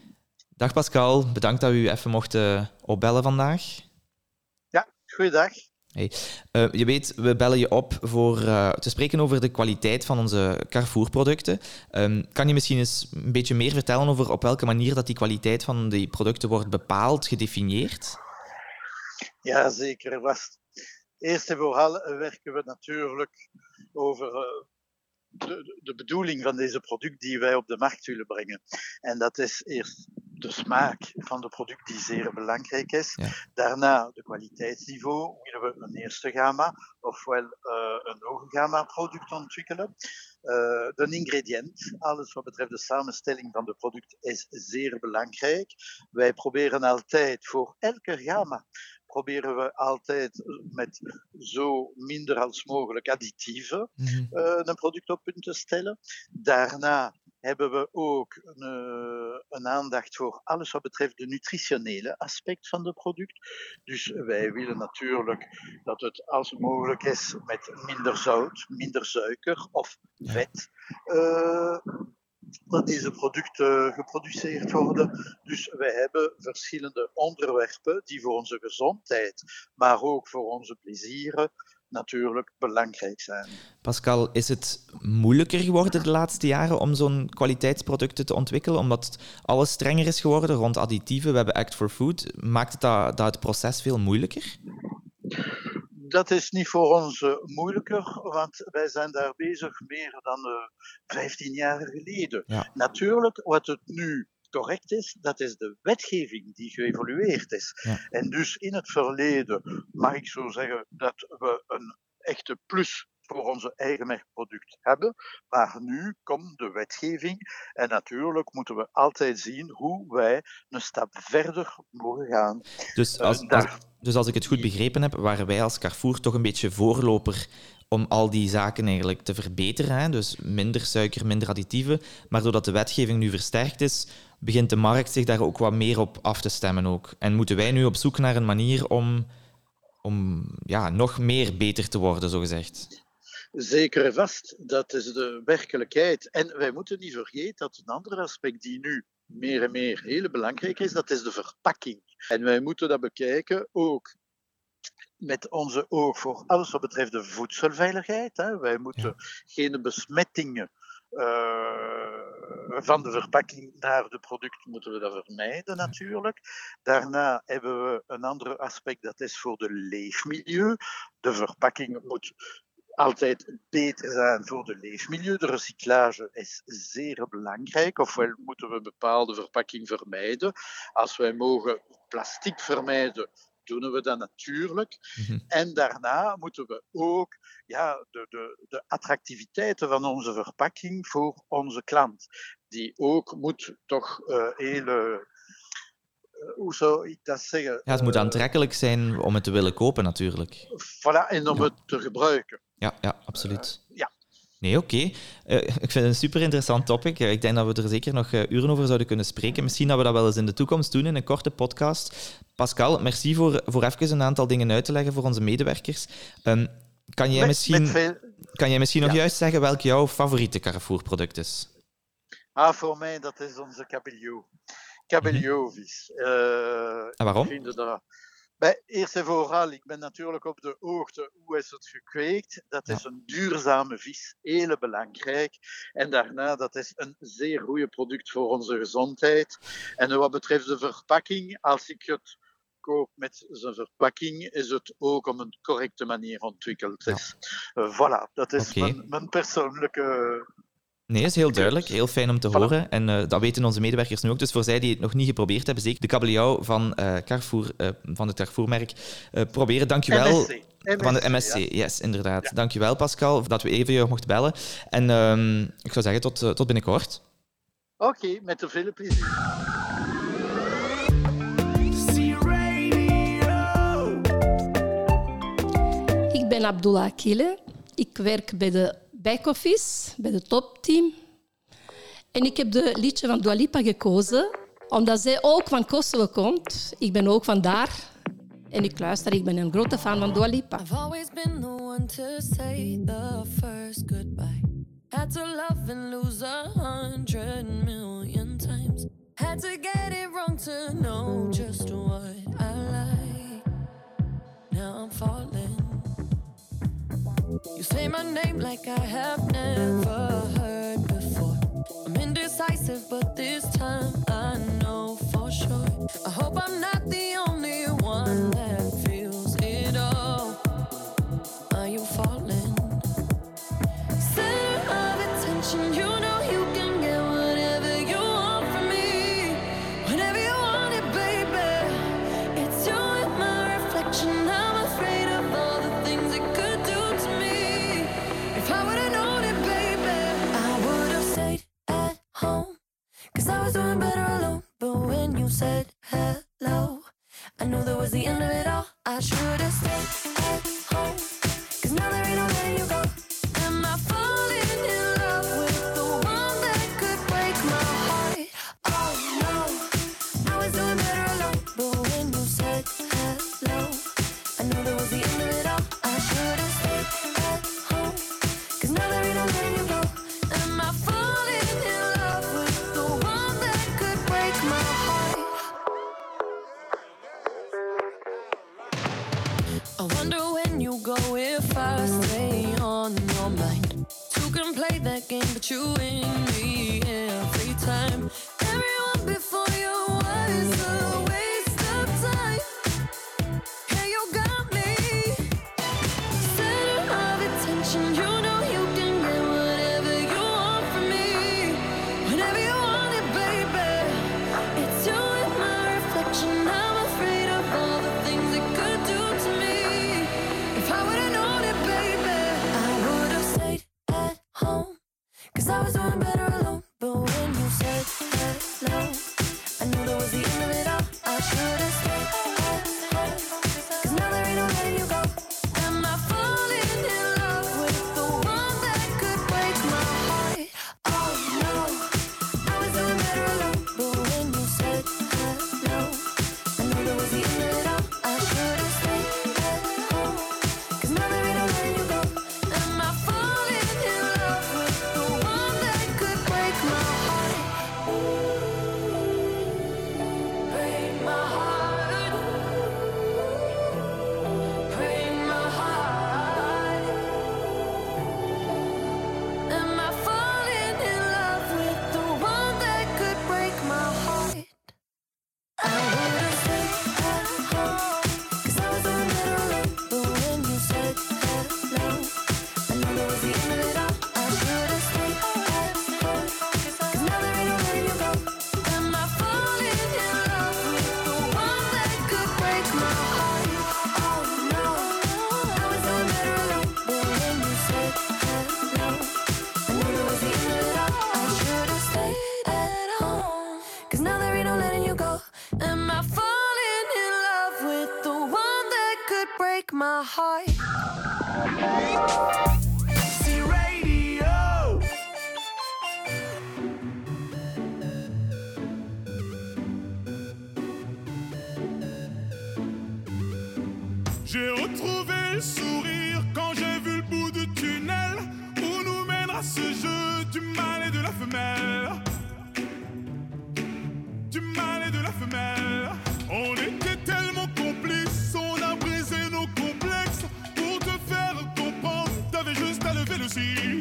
Dag Pascal, bedankt dat u even mocht uh, opbellen vandaag. Ja, goeiedag. Hey. Uh, je weet, we bellen je op voor uh, te spreken over de kwaliteit van onze Carrefour-producten. Um, kan je misschien eens een beetje meer vertellen over op welke manier dat die kwaliteit van die producten wordt bepaald, gedefinieerd? Ja, zeker vast. Eerst en vooral werken we natuurlijk over uh, de, de bedoeling van deze product die wij op de markt willen brengen. En dat is eerst de smaak van de product die zeer belangrijk is. Ja. Daarna de kwaliteitsniveau, willen we een eerste gamma ofwel uh, een hoge gamma product ontwikkelen. Uh, de ingrediënt, alles wat betreft de samenstelling van de product is zeer belangrijk. Wij proberen altijd voor elke gamma proberen we altijd met zo minder als mogelijk additieven mm-hmm. uh, een product op punt te stellen. Daarna hebben we ook een, een aandacht voor alles wat betreft de nutritionele aspect van het product. Dus wij willen natuurlijk dat het als mogelijk is met minder zout, minder suiker of vet. Uh, dat deze producten geproduceerd worden. Dus wij hebben verschillende onderwerpen die voor onze gezondheid, maar ook voor onze plezieren natuurlijk belangrijk zijn. Pascal, is het moeilijker geworden de laatste jaren om zo'n kwaliteitsproducten te ontwikkelen, omdat alles strenger is geworden rond additieven? We hebben Act for Food. Maakt het dat, dat het proces veel moeilijker? Dat is niet voor ons uh, moeilijker, want wij zijn daar bezig meer dan uh, vijftien jaar geleden. Ja. Natuurlijk, wat het nu correct is, dat is de wetgeving die geëvolueerd is. Ja. En dus in het verleden mag ik zo zeggen dat we een echte plus voor onze eigen merkproduct hebben. Maar nu komt de wetgeving en natuurlijk moeten we altijd zien hoe wij een stap verder mogen gaan. Dus als, uh, als, dus als ik het goed begrepen heb, waren wij als Carrefour toch een beetje voorloper om al die zaken eigenlijk te verbeteren. Hè? Dus minder suiker, minder additieven. Maar doordat de wetgeving nu versterkt is, begint de markt zich daar ook wat meer op af te stemmen ook. En moeten wij nu op zoek naar een manier om, om ja, nog meer beter te worden, zogezegd? Zeker en vast, dat is de werkelijkheid. En wij moeten niet vergeten dat een ander aspect die nu meer en meer heel belangrijk is, dat is de verpakking. En wij moeten dat bekijken ook met onze oog voor alles wat betreft de voedselveiligheid. Hè. Wij moeten ja. geen besmettingen uh, van de verpakking naar de product moeten we dat vermijden natuurlijk. Daarna hebben we een ander aspect, dat is voor de leefmilieu. De verpakking moet altijd beter zijn voor de leefmilieu. De recyclage is zeer belangrijk, ofwel moeten we bepaalde verpakking vermijden. Als wij mogen plastic vermijden, doen we dat natuurlijk. Mm-hmm. En daarna moeten we ook ja, de, de, de attractiviteiten van onze verpakking voor onze klant, die ook moet toch uh, hele... Uh, hoe zou ik dat zeggen? Ja, het moet aantrekkelijk zijn om het te willen kopen natuurlijk. Voilà, en om ja. het te gebruiken. Ja, ja absoluut. Uh, ja. Nee, oké. Okay. Uh, ik vind het een super interessant topic. Uh, ik denk dat we er zeker nog uh, uren over zouden kunnen spreken. Misschien dat we dat wel eens in de toekomst doen in een korte podcast. Pascal, merci voor, voor even een aantal dingen uit te leggen voor onze medewerkers. Um, kan jij met, misschien, met veel... kan jij misschien ja. nog juist zeggen welk jouw favoriete Carrefour-product is? Ah, voor mij dat is onze Cabellio. Cabellio-vis. Uh, en waarom? Ik vind dat... Bij, eerst en vooral, ik ben natuurlijk op de hoogte hoe is het gekweekt. Dat is ja. een duurzame vis, heel belangrijk. En daarna, dat is een zeer goed product voor onze gezondheid. En wat betreft de verpakking, als ik het koop met zijn verpakking, is het ook op een correcte manier ontwikkeld. Ja. Dus, uh, voilà, dat is okay. mijn, mijn persoonlijke... Nee, dat is heel duidelijk. Heel fijn om te horen. En uh, dat weten onze medewerkers nu ook. Dus voor zij die het nog niet geprobeerd hebben, zeker de kabeljauw van uh, Carrefour, uh, van het Carrefour-merk, uh, proberen. Dank je wel. M S C. M S C, van de M S C, ja. Yes, inderdaad. Ja. Dank je wel, Pascal, dat we even je mochten bellen. En uh, ik zou zeggen, tot, uh, tot binnenkort. Oké, okay, met veel plezier. Ik ben Abdullah Akile. Ik werk bij de back-office, bij de topteam. En ik heb de liedje van Dua Lipa gekozen, omdat zij ook van Kosovo komt. Ik ben ook van daar. En ik luister, ik ben een grote fan van Dua Lipa. I've always been the one to say the first goodbye. Had to love and lose a hundred million times. Had to get it wrong to know just what I like. Now I'm falling. You say my name like I have never heard before. I'm indecisive, but this time I know for sure. I hope I'm not the only one that feels it all. Are you falling? Center of attention, you know you can get whatever you want from me. Whenever you want it, baby. It's you and my reflection. I'm afraid of all the things it could do to me. If I would've known it, baby, I would've stayed at home. Cause I was doing better alone. But when you said hello, I knew that was the end of it all. I should've stayed at home. Cause now there ain't no letting you go. Am I falling in love with the one that could break my heart? Oh no, I was doing better alone. But when you said hello, I knew that was the end of it all. I should've stayed at home. Cause now there ain't no letting you go. Am I falling in love with the one that could break my heart? I wonder when you go if I stay on your mind. Two can play that game, but you win me every time. Everyone before you was a waste of time. Yeah, you got me. Center of attention, you know you can get whatever you want from me. Whenever you want it, baby. It's you and my reflection. I'm afraid of all the things it could do to me. If I would've known it, baby, I would've stayed at home. Cause I was doing better alone. But when you said hello, I knew that was the end of it all. I should've stayed at home. Cause now there ain't no letting you go. Am I falling in love with the one that could break my heart? Oh no, I was doing better alone. But when you said hello, I knew that was the end of it all. I should've stayed at home. Cause now there ain't no letting you go. Am I falling in love with the one that could break my heart? Break my heart. Break my heart. Am I falling in love with the one that could break my heart? I would've stayed at home. Cause I was doing better alone. But when you said hello, I knew that was the end of it all. I should've stayed at home. Cause now there ain't no letting you go. Am I falling in love with the one that could break my heart? Oh no, I was doing better alone. But when you said hello, I knew that was the end of it all. I should've stayed at home. Cause now there ain't no letting you go. Am I falling in love with the one that could break my heart? C Radio. J'ai retrouvé le sourire quand j'ai vu le bout du tunnel où nous mènera ce jeu du mâle et de la femelle. Du mâle et de la femelle. On était tellement complices, on a brisé nos complexes pour te faire comprendre. T'avais juste à lever le cil.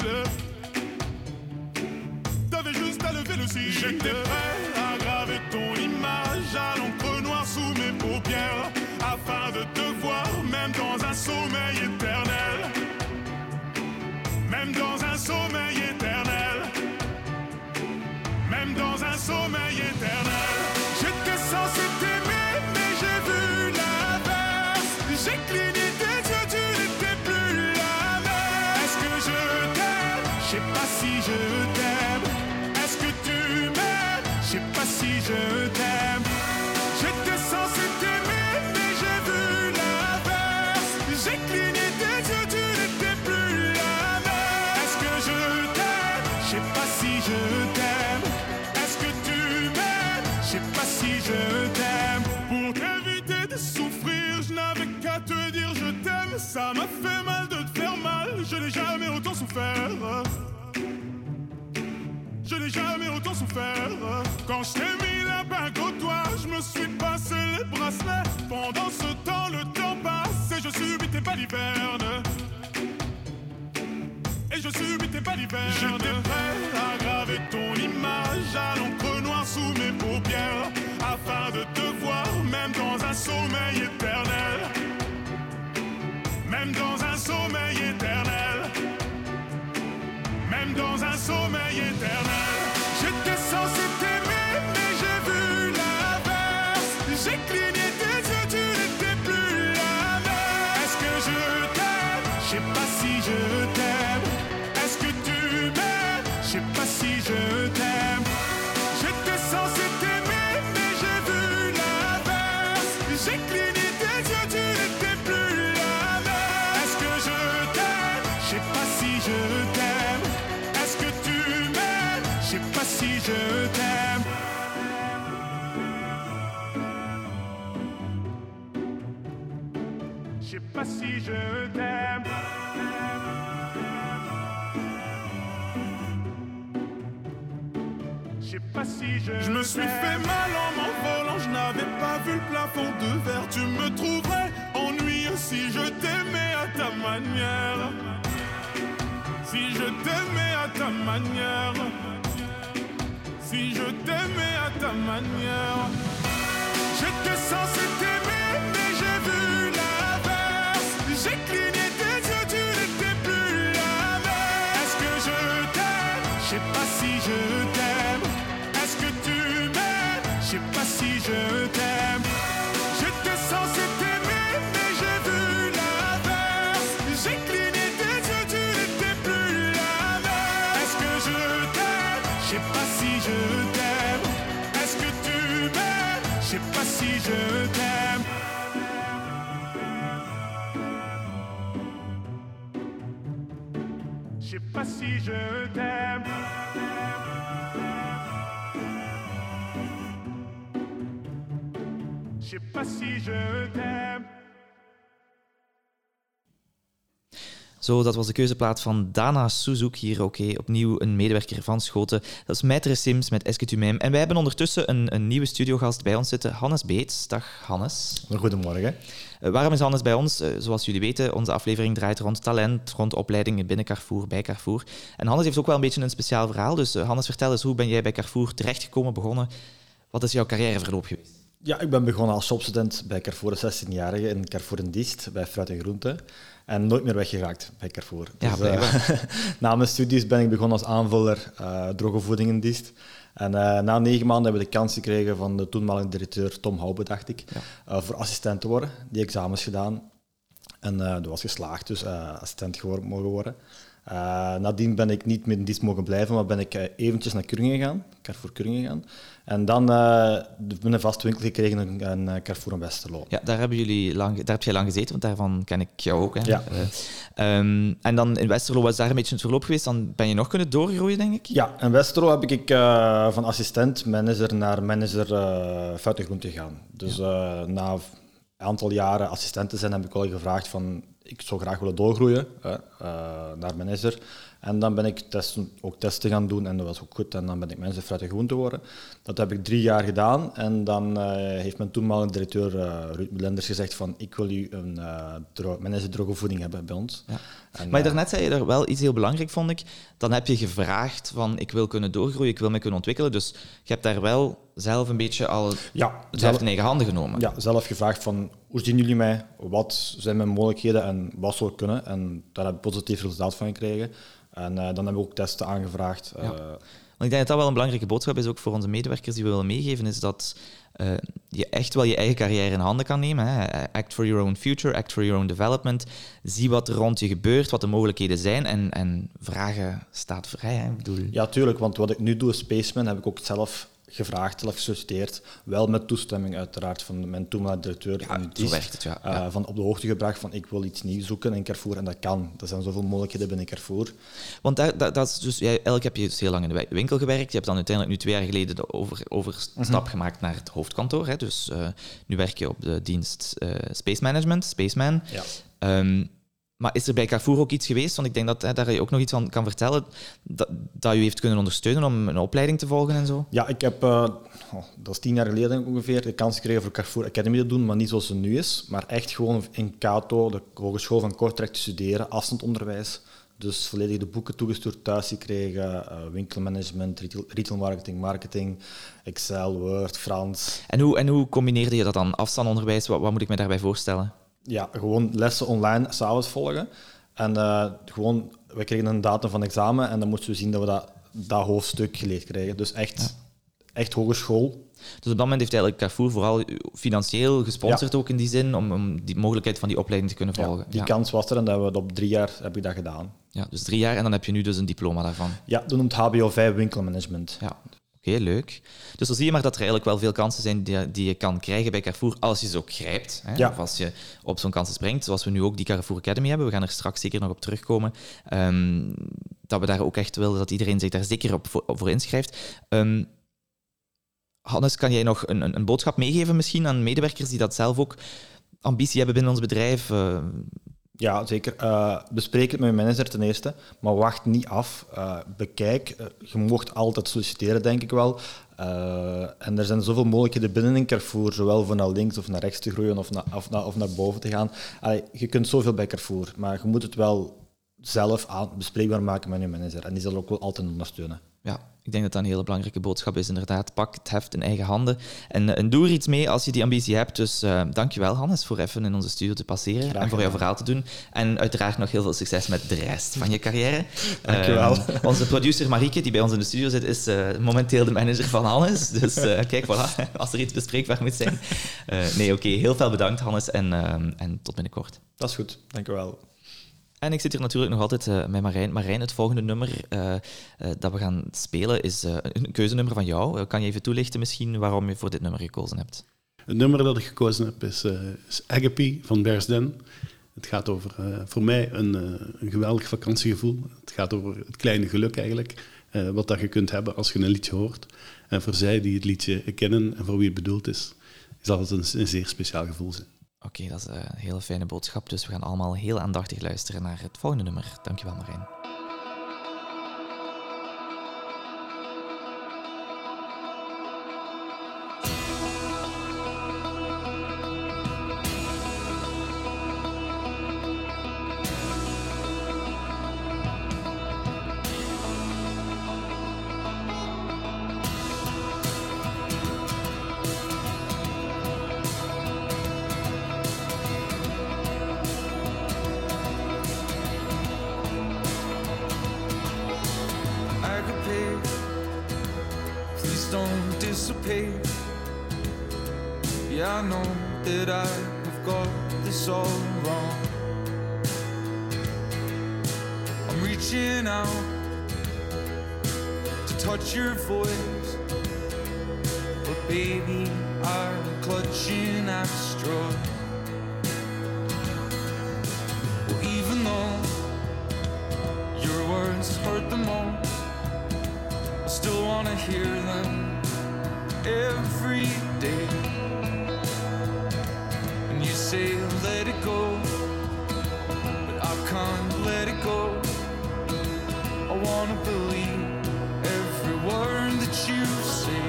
T'avais juste à lever le cil. J'étais prêt à graver ton image à l'encre noire sous mes paupières afin de te voir même dans un sommeil éternel. Même dans un sommeil éternel. Même dans un sommeil éternel. J'étais censé t'aimer mais j'ai vu l'inverse. J'ai cligné des yeux, tu n'étais plus la même. Est-ce que je t'aime? Je sais pas si je t'aime. Est-ce que tu m'aimes? Je sais pas si je t'aime. J'étais censé t'aimer mais j'ai vu l'inverse. J'ai cligné des yeux, tu n'étais plus la même. Est-ce que je t'aime? Je sais pas si je t'aime. Est-ce que tu m'aimes? Je sais pas si je t'aime. Pour t'éviter de souffrir, je n'avais qu'à te dire je t'aime. Ça m'a fait mal de te faire mal. Je n'ai jamais autant souffert. Je n'ai jamais autant souffert. Quand je t'ai mis la bague au doigt, je me suis passé les bracelets. Pendant ce temps, le temps passe et je subis tes balivernes. je subis tes balivernes. J'étais prêt à graver ton image à l'encre noire sous mes paupières, afin de te voir même dans un sommeil éternel. Même dans un sommeil éternel. Même dans un sommeil éternel. J'étais censé t'aimer, mais j'ai vu l'inverse. J'ai cligné tes yeux, tu n'étais plus la même. Est-ce que je t'aime? Je sais pas si je t'aime. Est-ce que tu m'aimes? Je sais pas si je t'aime. J'étais censé t'aimer, mais j'ai vu l'inverse. J'ai cligné tes yeux, tu n'étais plus la même. Est-ce que je t'aime? Je sais pas si je t'aime. Est-ce que tu m'aimes? Je sais pas si je t'aime. Je sais pas si je t'aime. Je sais pas si je Je me suis fait mal en m'envolant, je n'avais pas vu le plafond de verre. Tu me trouverais ennuyeux si je t'aimais à ta manière. Si je t'aimais à ta manière. Si je t'aimais à ta manière. J'étais censé t'aimer, mais j'ai vu l'inverse. J'ai cligné tes yeux, tu n'étais plus la même. Est-ce que je t'aime? Je sais pas si je t'aime. Est-ce que tu m'aimes? Je sais pas si je t'aime. J'étais censé t'aimer, mais j'ai vu l'inverse. J'ai cligné tes yeux, tu n'étais plus la même. Est-ce que je t'aime? Je sais pas si je t'aime. Est-ce que tu m'aimes? Je sais pas si je t'aime. Je sais pas si je t'aime. Je sais pas si je t'aime. Zo, dat was de keuzeplaat van Dana Suzuk, hier ook okay, opnieuw een medewerker van Schoten. Dat is Maître Sims met Est-ce que tu m'aimes. En wij hebben ondertussen een, een nieuwe studiogast bij ons zitten, Hannes Beets. Dag Hannes. Goedemorgen. Uh, waarom is Hannes bij ons? Uh, zoals jullie weten, onze aflevering draait rond talent, rond opleidingen binnen Carrefour, bij Carrefour. En Hannes heeft ook wel een beetje een speciaal verhaal. Dus uh, Hannes, vertel eens, hoe ben jij bij Carrefour terechtgekomen, begonnen? Wat is jouw carrièreverloop geweest? Ja, ik ben begonnen als shopstudent bij Carrefour, een zestienjarige, in Carrefour in Diest, bij Fruit en Groente. En nooit meer weggeraakt bij Carrefour. Ja, dus, uh, na mijn studies ben ik begonnen als aanvuller uh, droge voeding in Diest. En uh, na negen maanden hebben we de kans gekregen van de toenmalige directeur Tom Hoube, dacht ik, ja. uh, voor assistent te worden. Die examens gedaan. En uh, dat was geslaagd, dus uh, assistent geworden, mogen worden. Uh, nadien ben ik niet meer in Diest mogen blijven, maar ben ik uh, eventjes naar Kuringen gegaan, Carrefour Kuringen gegaan. En dan uh, een vaste winkel gekregen in, in Carrefour in Westerlo. Ja, daar, hebben jullie lang, daar heb jij lang gezeten, want daarvan ken ik jou ook. Hè? Ja. Uh, um, en dan in Westerlo was daar een beetje het verloop geweest. Dan ben je nog kunnen doorgroeien, denk ik? Ja, in Westerlo heb ik uh, van assistent manager naar manager uh, fruit en groente gegaan. Dus ja. uh, na een aantal jaren assistent te zijn heb ik wel gevraagd van ik zou graag willen doorgroeien uh, uh, naar manager. En dan ben ik testen, ook testen gaan doen en dat was ook goed. En dan ben ik manager fruit en groente geworden. Dat heb ik drie jaar gedaan. En dan uh, heeft mijn toenmalige directeur uh, Ruud Melenders gezegd van ik wil u een uh, dro- manager droge voeding hebben bij ons. Ja. En, maar daarnet zei je er wel iets heel belangrijk, vond ik. Dan heb je gevraagd van ik wil kunnen doorgroeien, ik wil me kunnen ontwikkelen. Dus je hebt daar wel zelf een beetje al ja, het zelf in eigen handen genomen. Ja, zelf gevraagd van hoe zien jullie mij? Wat zijn mijn mogelijkheden en wat zou ik kunnen? En daar heb ik positief resultaat van gekregen. En uh, dan hebben we ook testen aangevraagd. Uh, ja. Want ik denk dat dat wel een belangrijke boodschap is, ook voor onze medewerkers die we willen meegeven, is dat uh, je echt wel je eigen carrière in handen kan nemen. Hè. Act for your own future, act for your own development. Zie wat er rond je gebeurt, wat de mogelijkheden zijn en, en vragen staat vrij. Hè. Ik bedoel... Ja, tuurlijk, want wat ik nu doe als Spaceman heb ik ook zelf gevraagd, zelf gesolliciteerd, wel met toestemming uiteraard van mijn toenmalige directeur. Ja, in zo werkt het, ja. Uh, ja. Van op de hoogte gebracht van ik wil iets nieuws zoeken in Carrefour en dat kan. Er zijn zoveel mogelijkheden binnen Carrefour. Want daar, dat, dat is dus, jij, eigenlijk heb je dus heel lang in de winkel gewerkt. Je hebt dan uiteindelijk nu twee jaar geleden de over, overstap mm-hmm. gemaakt naar het hoofdkantoor. Hè. Dus uh, nu werk je op de dienst uh, Space Management, Spaceman. Ja. Um, Maar is er bij Carrefour ook iets geweest, want ik denk dat hè, daar je ook nog iets van kan vertellen, dat, dat u heeft kunnen ondersteunen om een opleiding te volgen en zo? Ja, ik heb, uh, oh, dat is tien jaar geleden ongeveer, de kans gekregen voor Carrefour Academy te doen, maar niet zoals het nu is, maar echt gewoon in Kato, de Hogeschool van Kortrijk, te studeren, afstandonderwijs. Dus volledig de boeken toegestuurd thuis gekregen, uh, winkelmanagement, retail, retail marketing, marketing, Excel, Word, Frans. En hoe, en hoe combineerde je dat dan? Afstandonderwijs, wat, wat moet ik me daarbij voorstellen? Ja, gewoon lessen online s'avonds volgen. En uh, gewoon, we kregen een datum van examen en dan moesten we zien dat we dat, dat hoofdstuk geleerd krijgen. Dus echt, ja. echt hogeschool. Dus op dat moment heeft eigenlijk Carrefour vooral financieel gesponsord ja. ook in die zin, om, om die mogelijkheid van die opleiding te kunnen volgen. Ja, die ja. kans was er en dat we het op drie jaar heb ik dat gedaan. Ja, dus drie jaar en dan heb je nu dus een diploma daarvan. Ja, dat noemt H B O vijf winkelmanagement. Ja. Oké, okay, leuk. Dus dan zie je maar dat er eigenlijk wel veel kansen zijn die, die je kan krijgen bij Carrefour als je ze ook grijpt. Hè? Ja. Of als je op zo'n kansen springt, zoals we nu ook die Carrefour Academy hebben. We gaan er straks zeker nog op terugkomen. Um, dat we daar ook echt willen dat iedereen zich daar zeker op voor, op voor inschrijft. Um, Hannes, kan jij nog een, een, een boodschap meegeven misschien aan medewerkers die dat zelf ook ambitie hebben binnen ons bedrijf? Uh... Ja, zeker. Uh, bespreek het met je manager ten eerste, maar wacht niet af. Uh, bekijk, uh, je mocht altijd solliciteren, denk ik wel. Uh, en er zijn zoveel mogelijkheden binnen in Carrefour, zowel voor naar links of naar rechts te groeien of naar, of naar, of naar boven te gaan. Allee, je kunt zoveel bij Carrefour, maar je moet het wel zelf aan, bespreekbaar maken met je manager. En die zal ook wel altijd ondersteunen. Ja, ik denk dat dat een hele belangrijke boodschap is, inderdaad. Pak het heft in eigen handen en, en doe er iets mee als je die ambitie hebt. Dus uh, dankjewel, Hannes, voor even in onze studio te passeren Graag en voor jouw verhaal te doen. En uiteraard nog heel veel succes met de rest van je carrière. Dankjewel. Uh, onze producer Marieke, die bij ons in de studio zit, is uh, momenteel de manager van Hannes. Dus uh, kijk, voilà, als er iets bespreekbaar moet zijn. Uh, nee, oké, okay, heel veel bedankt, Hannes, en, uh, en tot binnenkort. Dat is goed, dankjewel. En ik zit hier natuurlijk nog altijd uh, met Marijn. Marijn, het volgende nummer uh, uh, dat we gaan spelen is uh, een keuzenummer van jou. Uh, kan je even toelichten misschien waarom je voor dit nummer gekozen hebt? Het nummer dat ik gekozen heb is, uh, is Agape van Bears Den. Het gaat over, uh, voor mij, een, uh, een geweldig vakantiegevoel. Het gaat over het kleine geluk eigenlijk, uh, wat dat je kunt hebben als je een liedje hoort. En voor zij die het liedje kennen en voor wie het bedoeld is, is dat een, een zeer speciaal gevoel zijn. Oké, okay, dat is een hele fijne boodschap. Dus we gaan allemaal heel aandachtig luisteren naar het volgende nummer. Dankjewel, Marijn. Yeah, I know that I have got this all wrong. I'm reaching out to touch your voice, but baby, I'm clutching at straws. Well, even though your words hurt the most, I still wanna hear them every day. And you say let it go, but I can't let it go. I wanna believe every word that you say,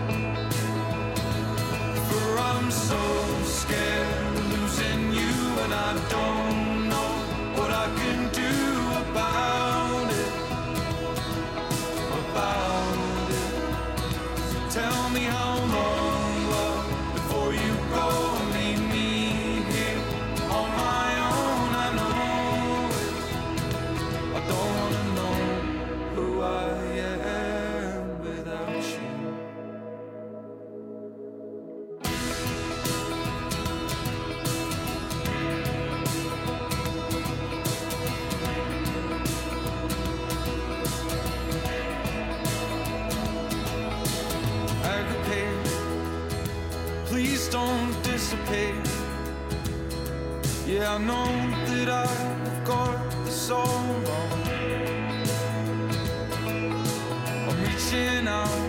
for I'm so scared of losing you, and I don't know what I can do about it, about it. So tell me how long, love, before you go and leave me here on my own. I know it. I don't wanna know who I am without you. Agape, please don't dissipate. Yeah, I know that I've got this all wrong. I'm reaching out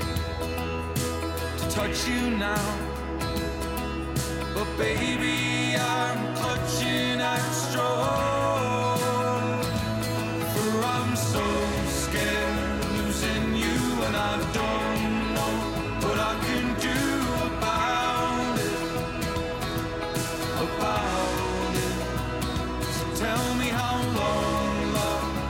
to touch you now, but baby, I'm clutching at straws. For I'm so scared of losing you, and I don't know what I can do about it, about it. So tell me how long, love,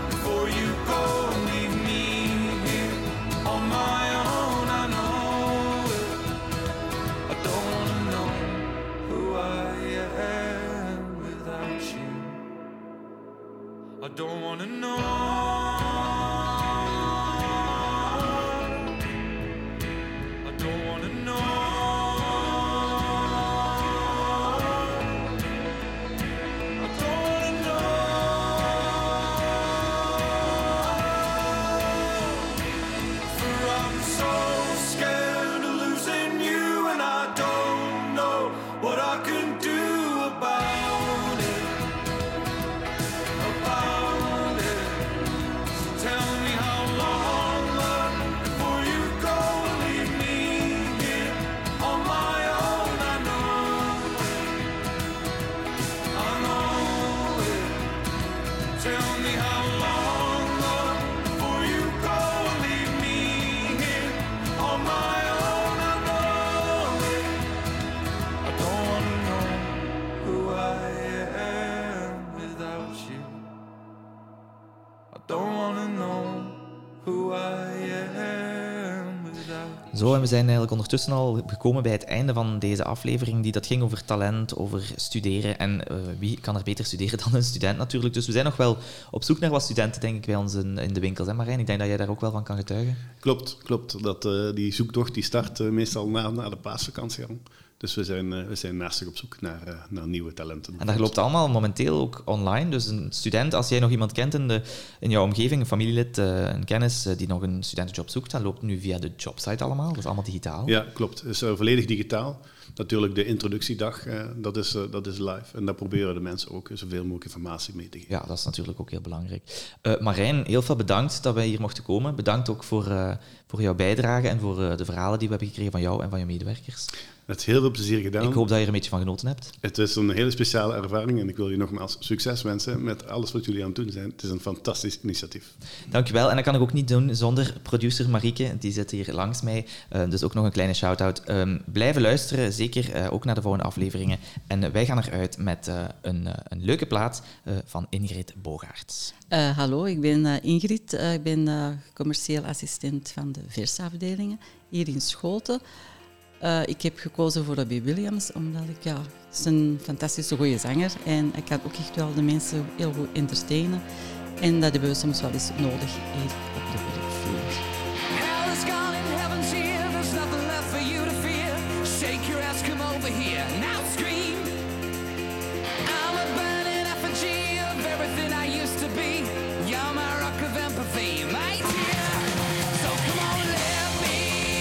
wanna know who I am without. Zo, en we zijn eigenlijk ondertussen al gekomen bij het einde van deze aflevering, die dat ging over talent, over studeren. En uh, wie kan er beter studeren dan een student natuurlijk. Dus we zijn nog wel op zoek naar wat studenten, denk ik, bij ons in, in de winkels. Hè Marijn? Ik denk dat jij daar ook wel van kan getuigen. Klopt, klopt. Dat, uh, die zoektocht die start uh, meestal na, na de paasvakantie al. Dus we zijn, uh, we zijn naastig op zoek naar, uh, naar nieuwe talenten. En dat loopt allemaal momenteel ook online. Dus een student, als jij nog iemand kent in, de, in jouw omgeving, een familielid, uh, een kennis uh, die nog een studentenjob zoekt, dat loopt nu via de jobsite allemaal. Dat is allemaal digitaal. Ja, klopt. Het is uh, volledig digitaal. Natuurlijk, de introductiedag, uh, dat, is, uh, dat is live. En daar proberen de mensen ook zoveel mogelijk informatie mee te geven. Ja, dat is natuurlijk ook heel belangrijk. Uh, Marijn, heel veel bedankt dat wij hier mochten komen. Bedankt ook voor, uh, voor jouw bijdrage en voor uh, de verhalen die we hebben gekregen van jou en van je medewerkers. Met heel veel plezier gedaan. Ik hoop dat je er een beetje van genoten hebt. Het is een hele speciale ervaring en ik wil je nogmaals succes wensen met alles wat jullie aan het doen zijn. Het is een fantastisch initiatief. Dankjewel. En dat kan ik ook niet doen zonder producer Marieke, die zit hier langs mij. Uh, dus ook nog een kleine shout-out. Um, blijven luisteren, zeker uh, ook naar de volgende afleveringen. En uh, wij gaan eruit met uh, een, uh, een leuke plaat uh, van Ingrid Bogaerts. Uh, hallo, ik ben uh, Ingrid. Uh, ik ben uh, commercieel assistent van de versafdelingen hier in Schoten. Uh, ik heb gekozen voor Robbie Williams, omdat ik, ja, het is een fantastische goede zanger en hij kan ook echt wel de mensen heel goed entertainen. En dat hebben we soms wel eens nodig hier op de werkvloer. Hell is gone and heaven's here. There's nothing left for you to fear. Shake your ass, come over here. Now scream. I'm a burning effigy of everything I used to be. You're my rock of empathy, my dear. So come on, let me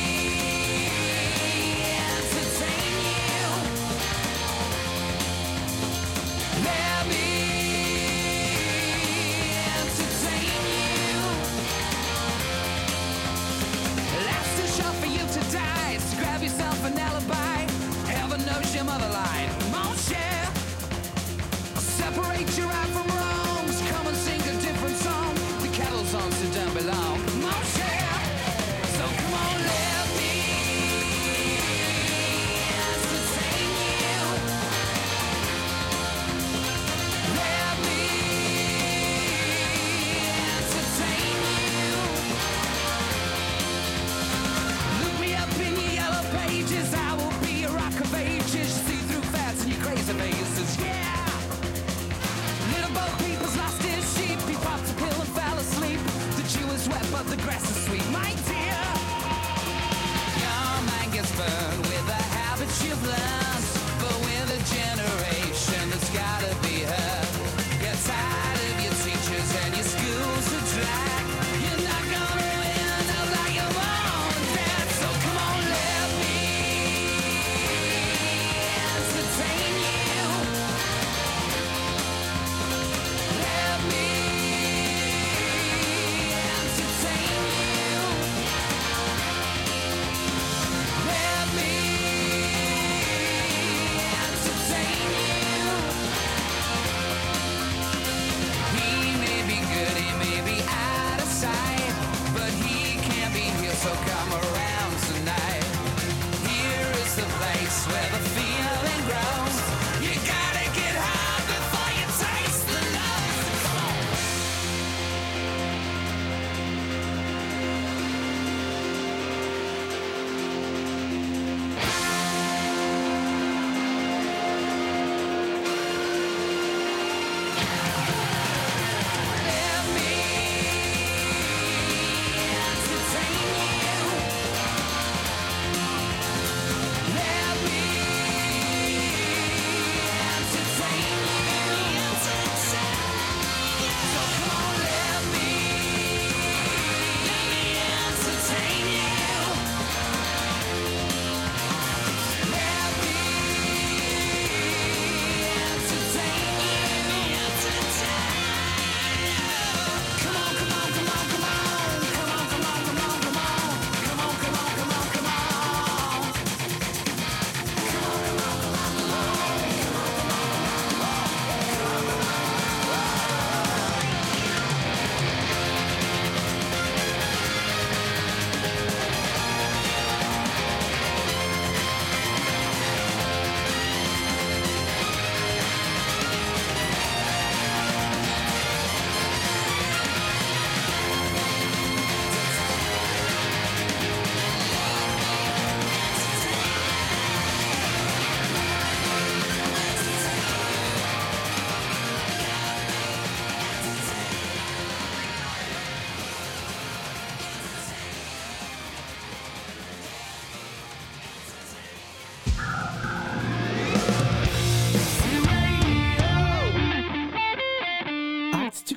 entertain you. Let me entertain you. Life's too short for you to die. So grab yourself an alibi. Heaven knows your mother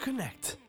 Connect.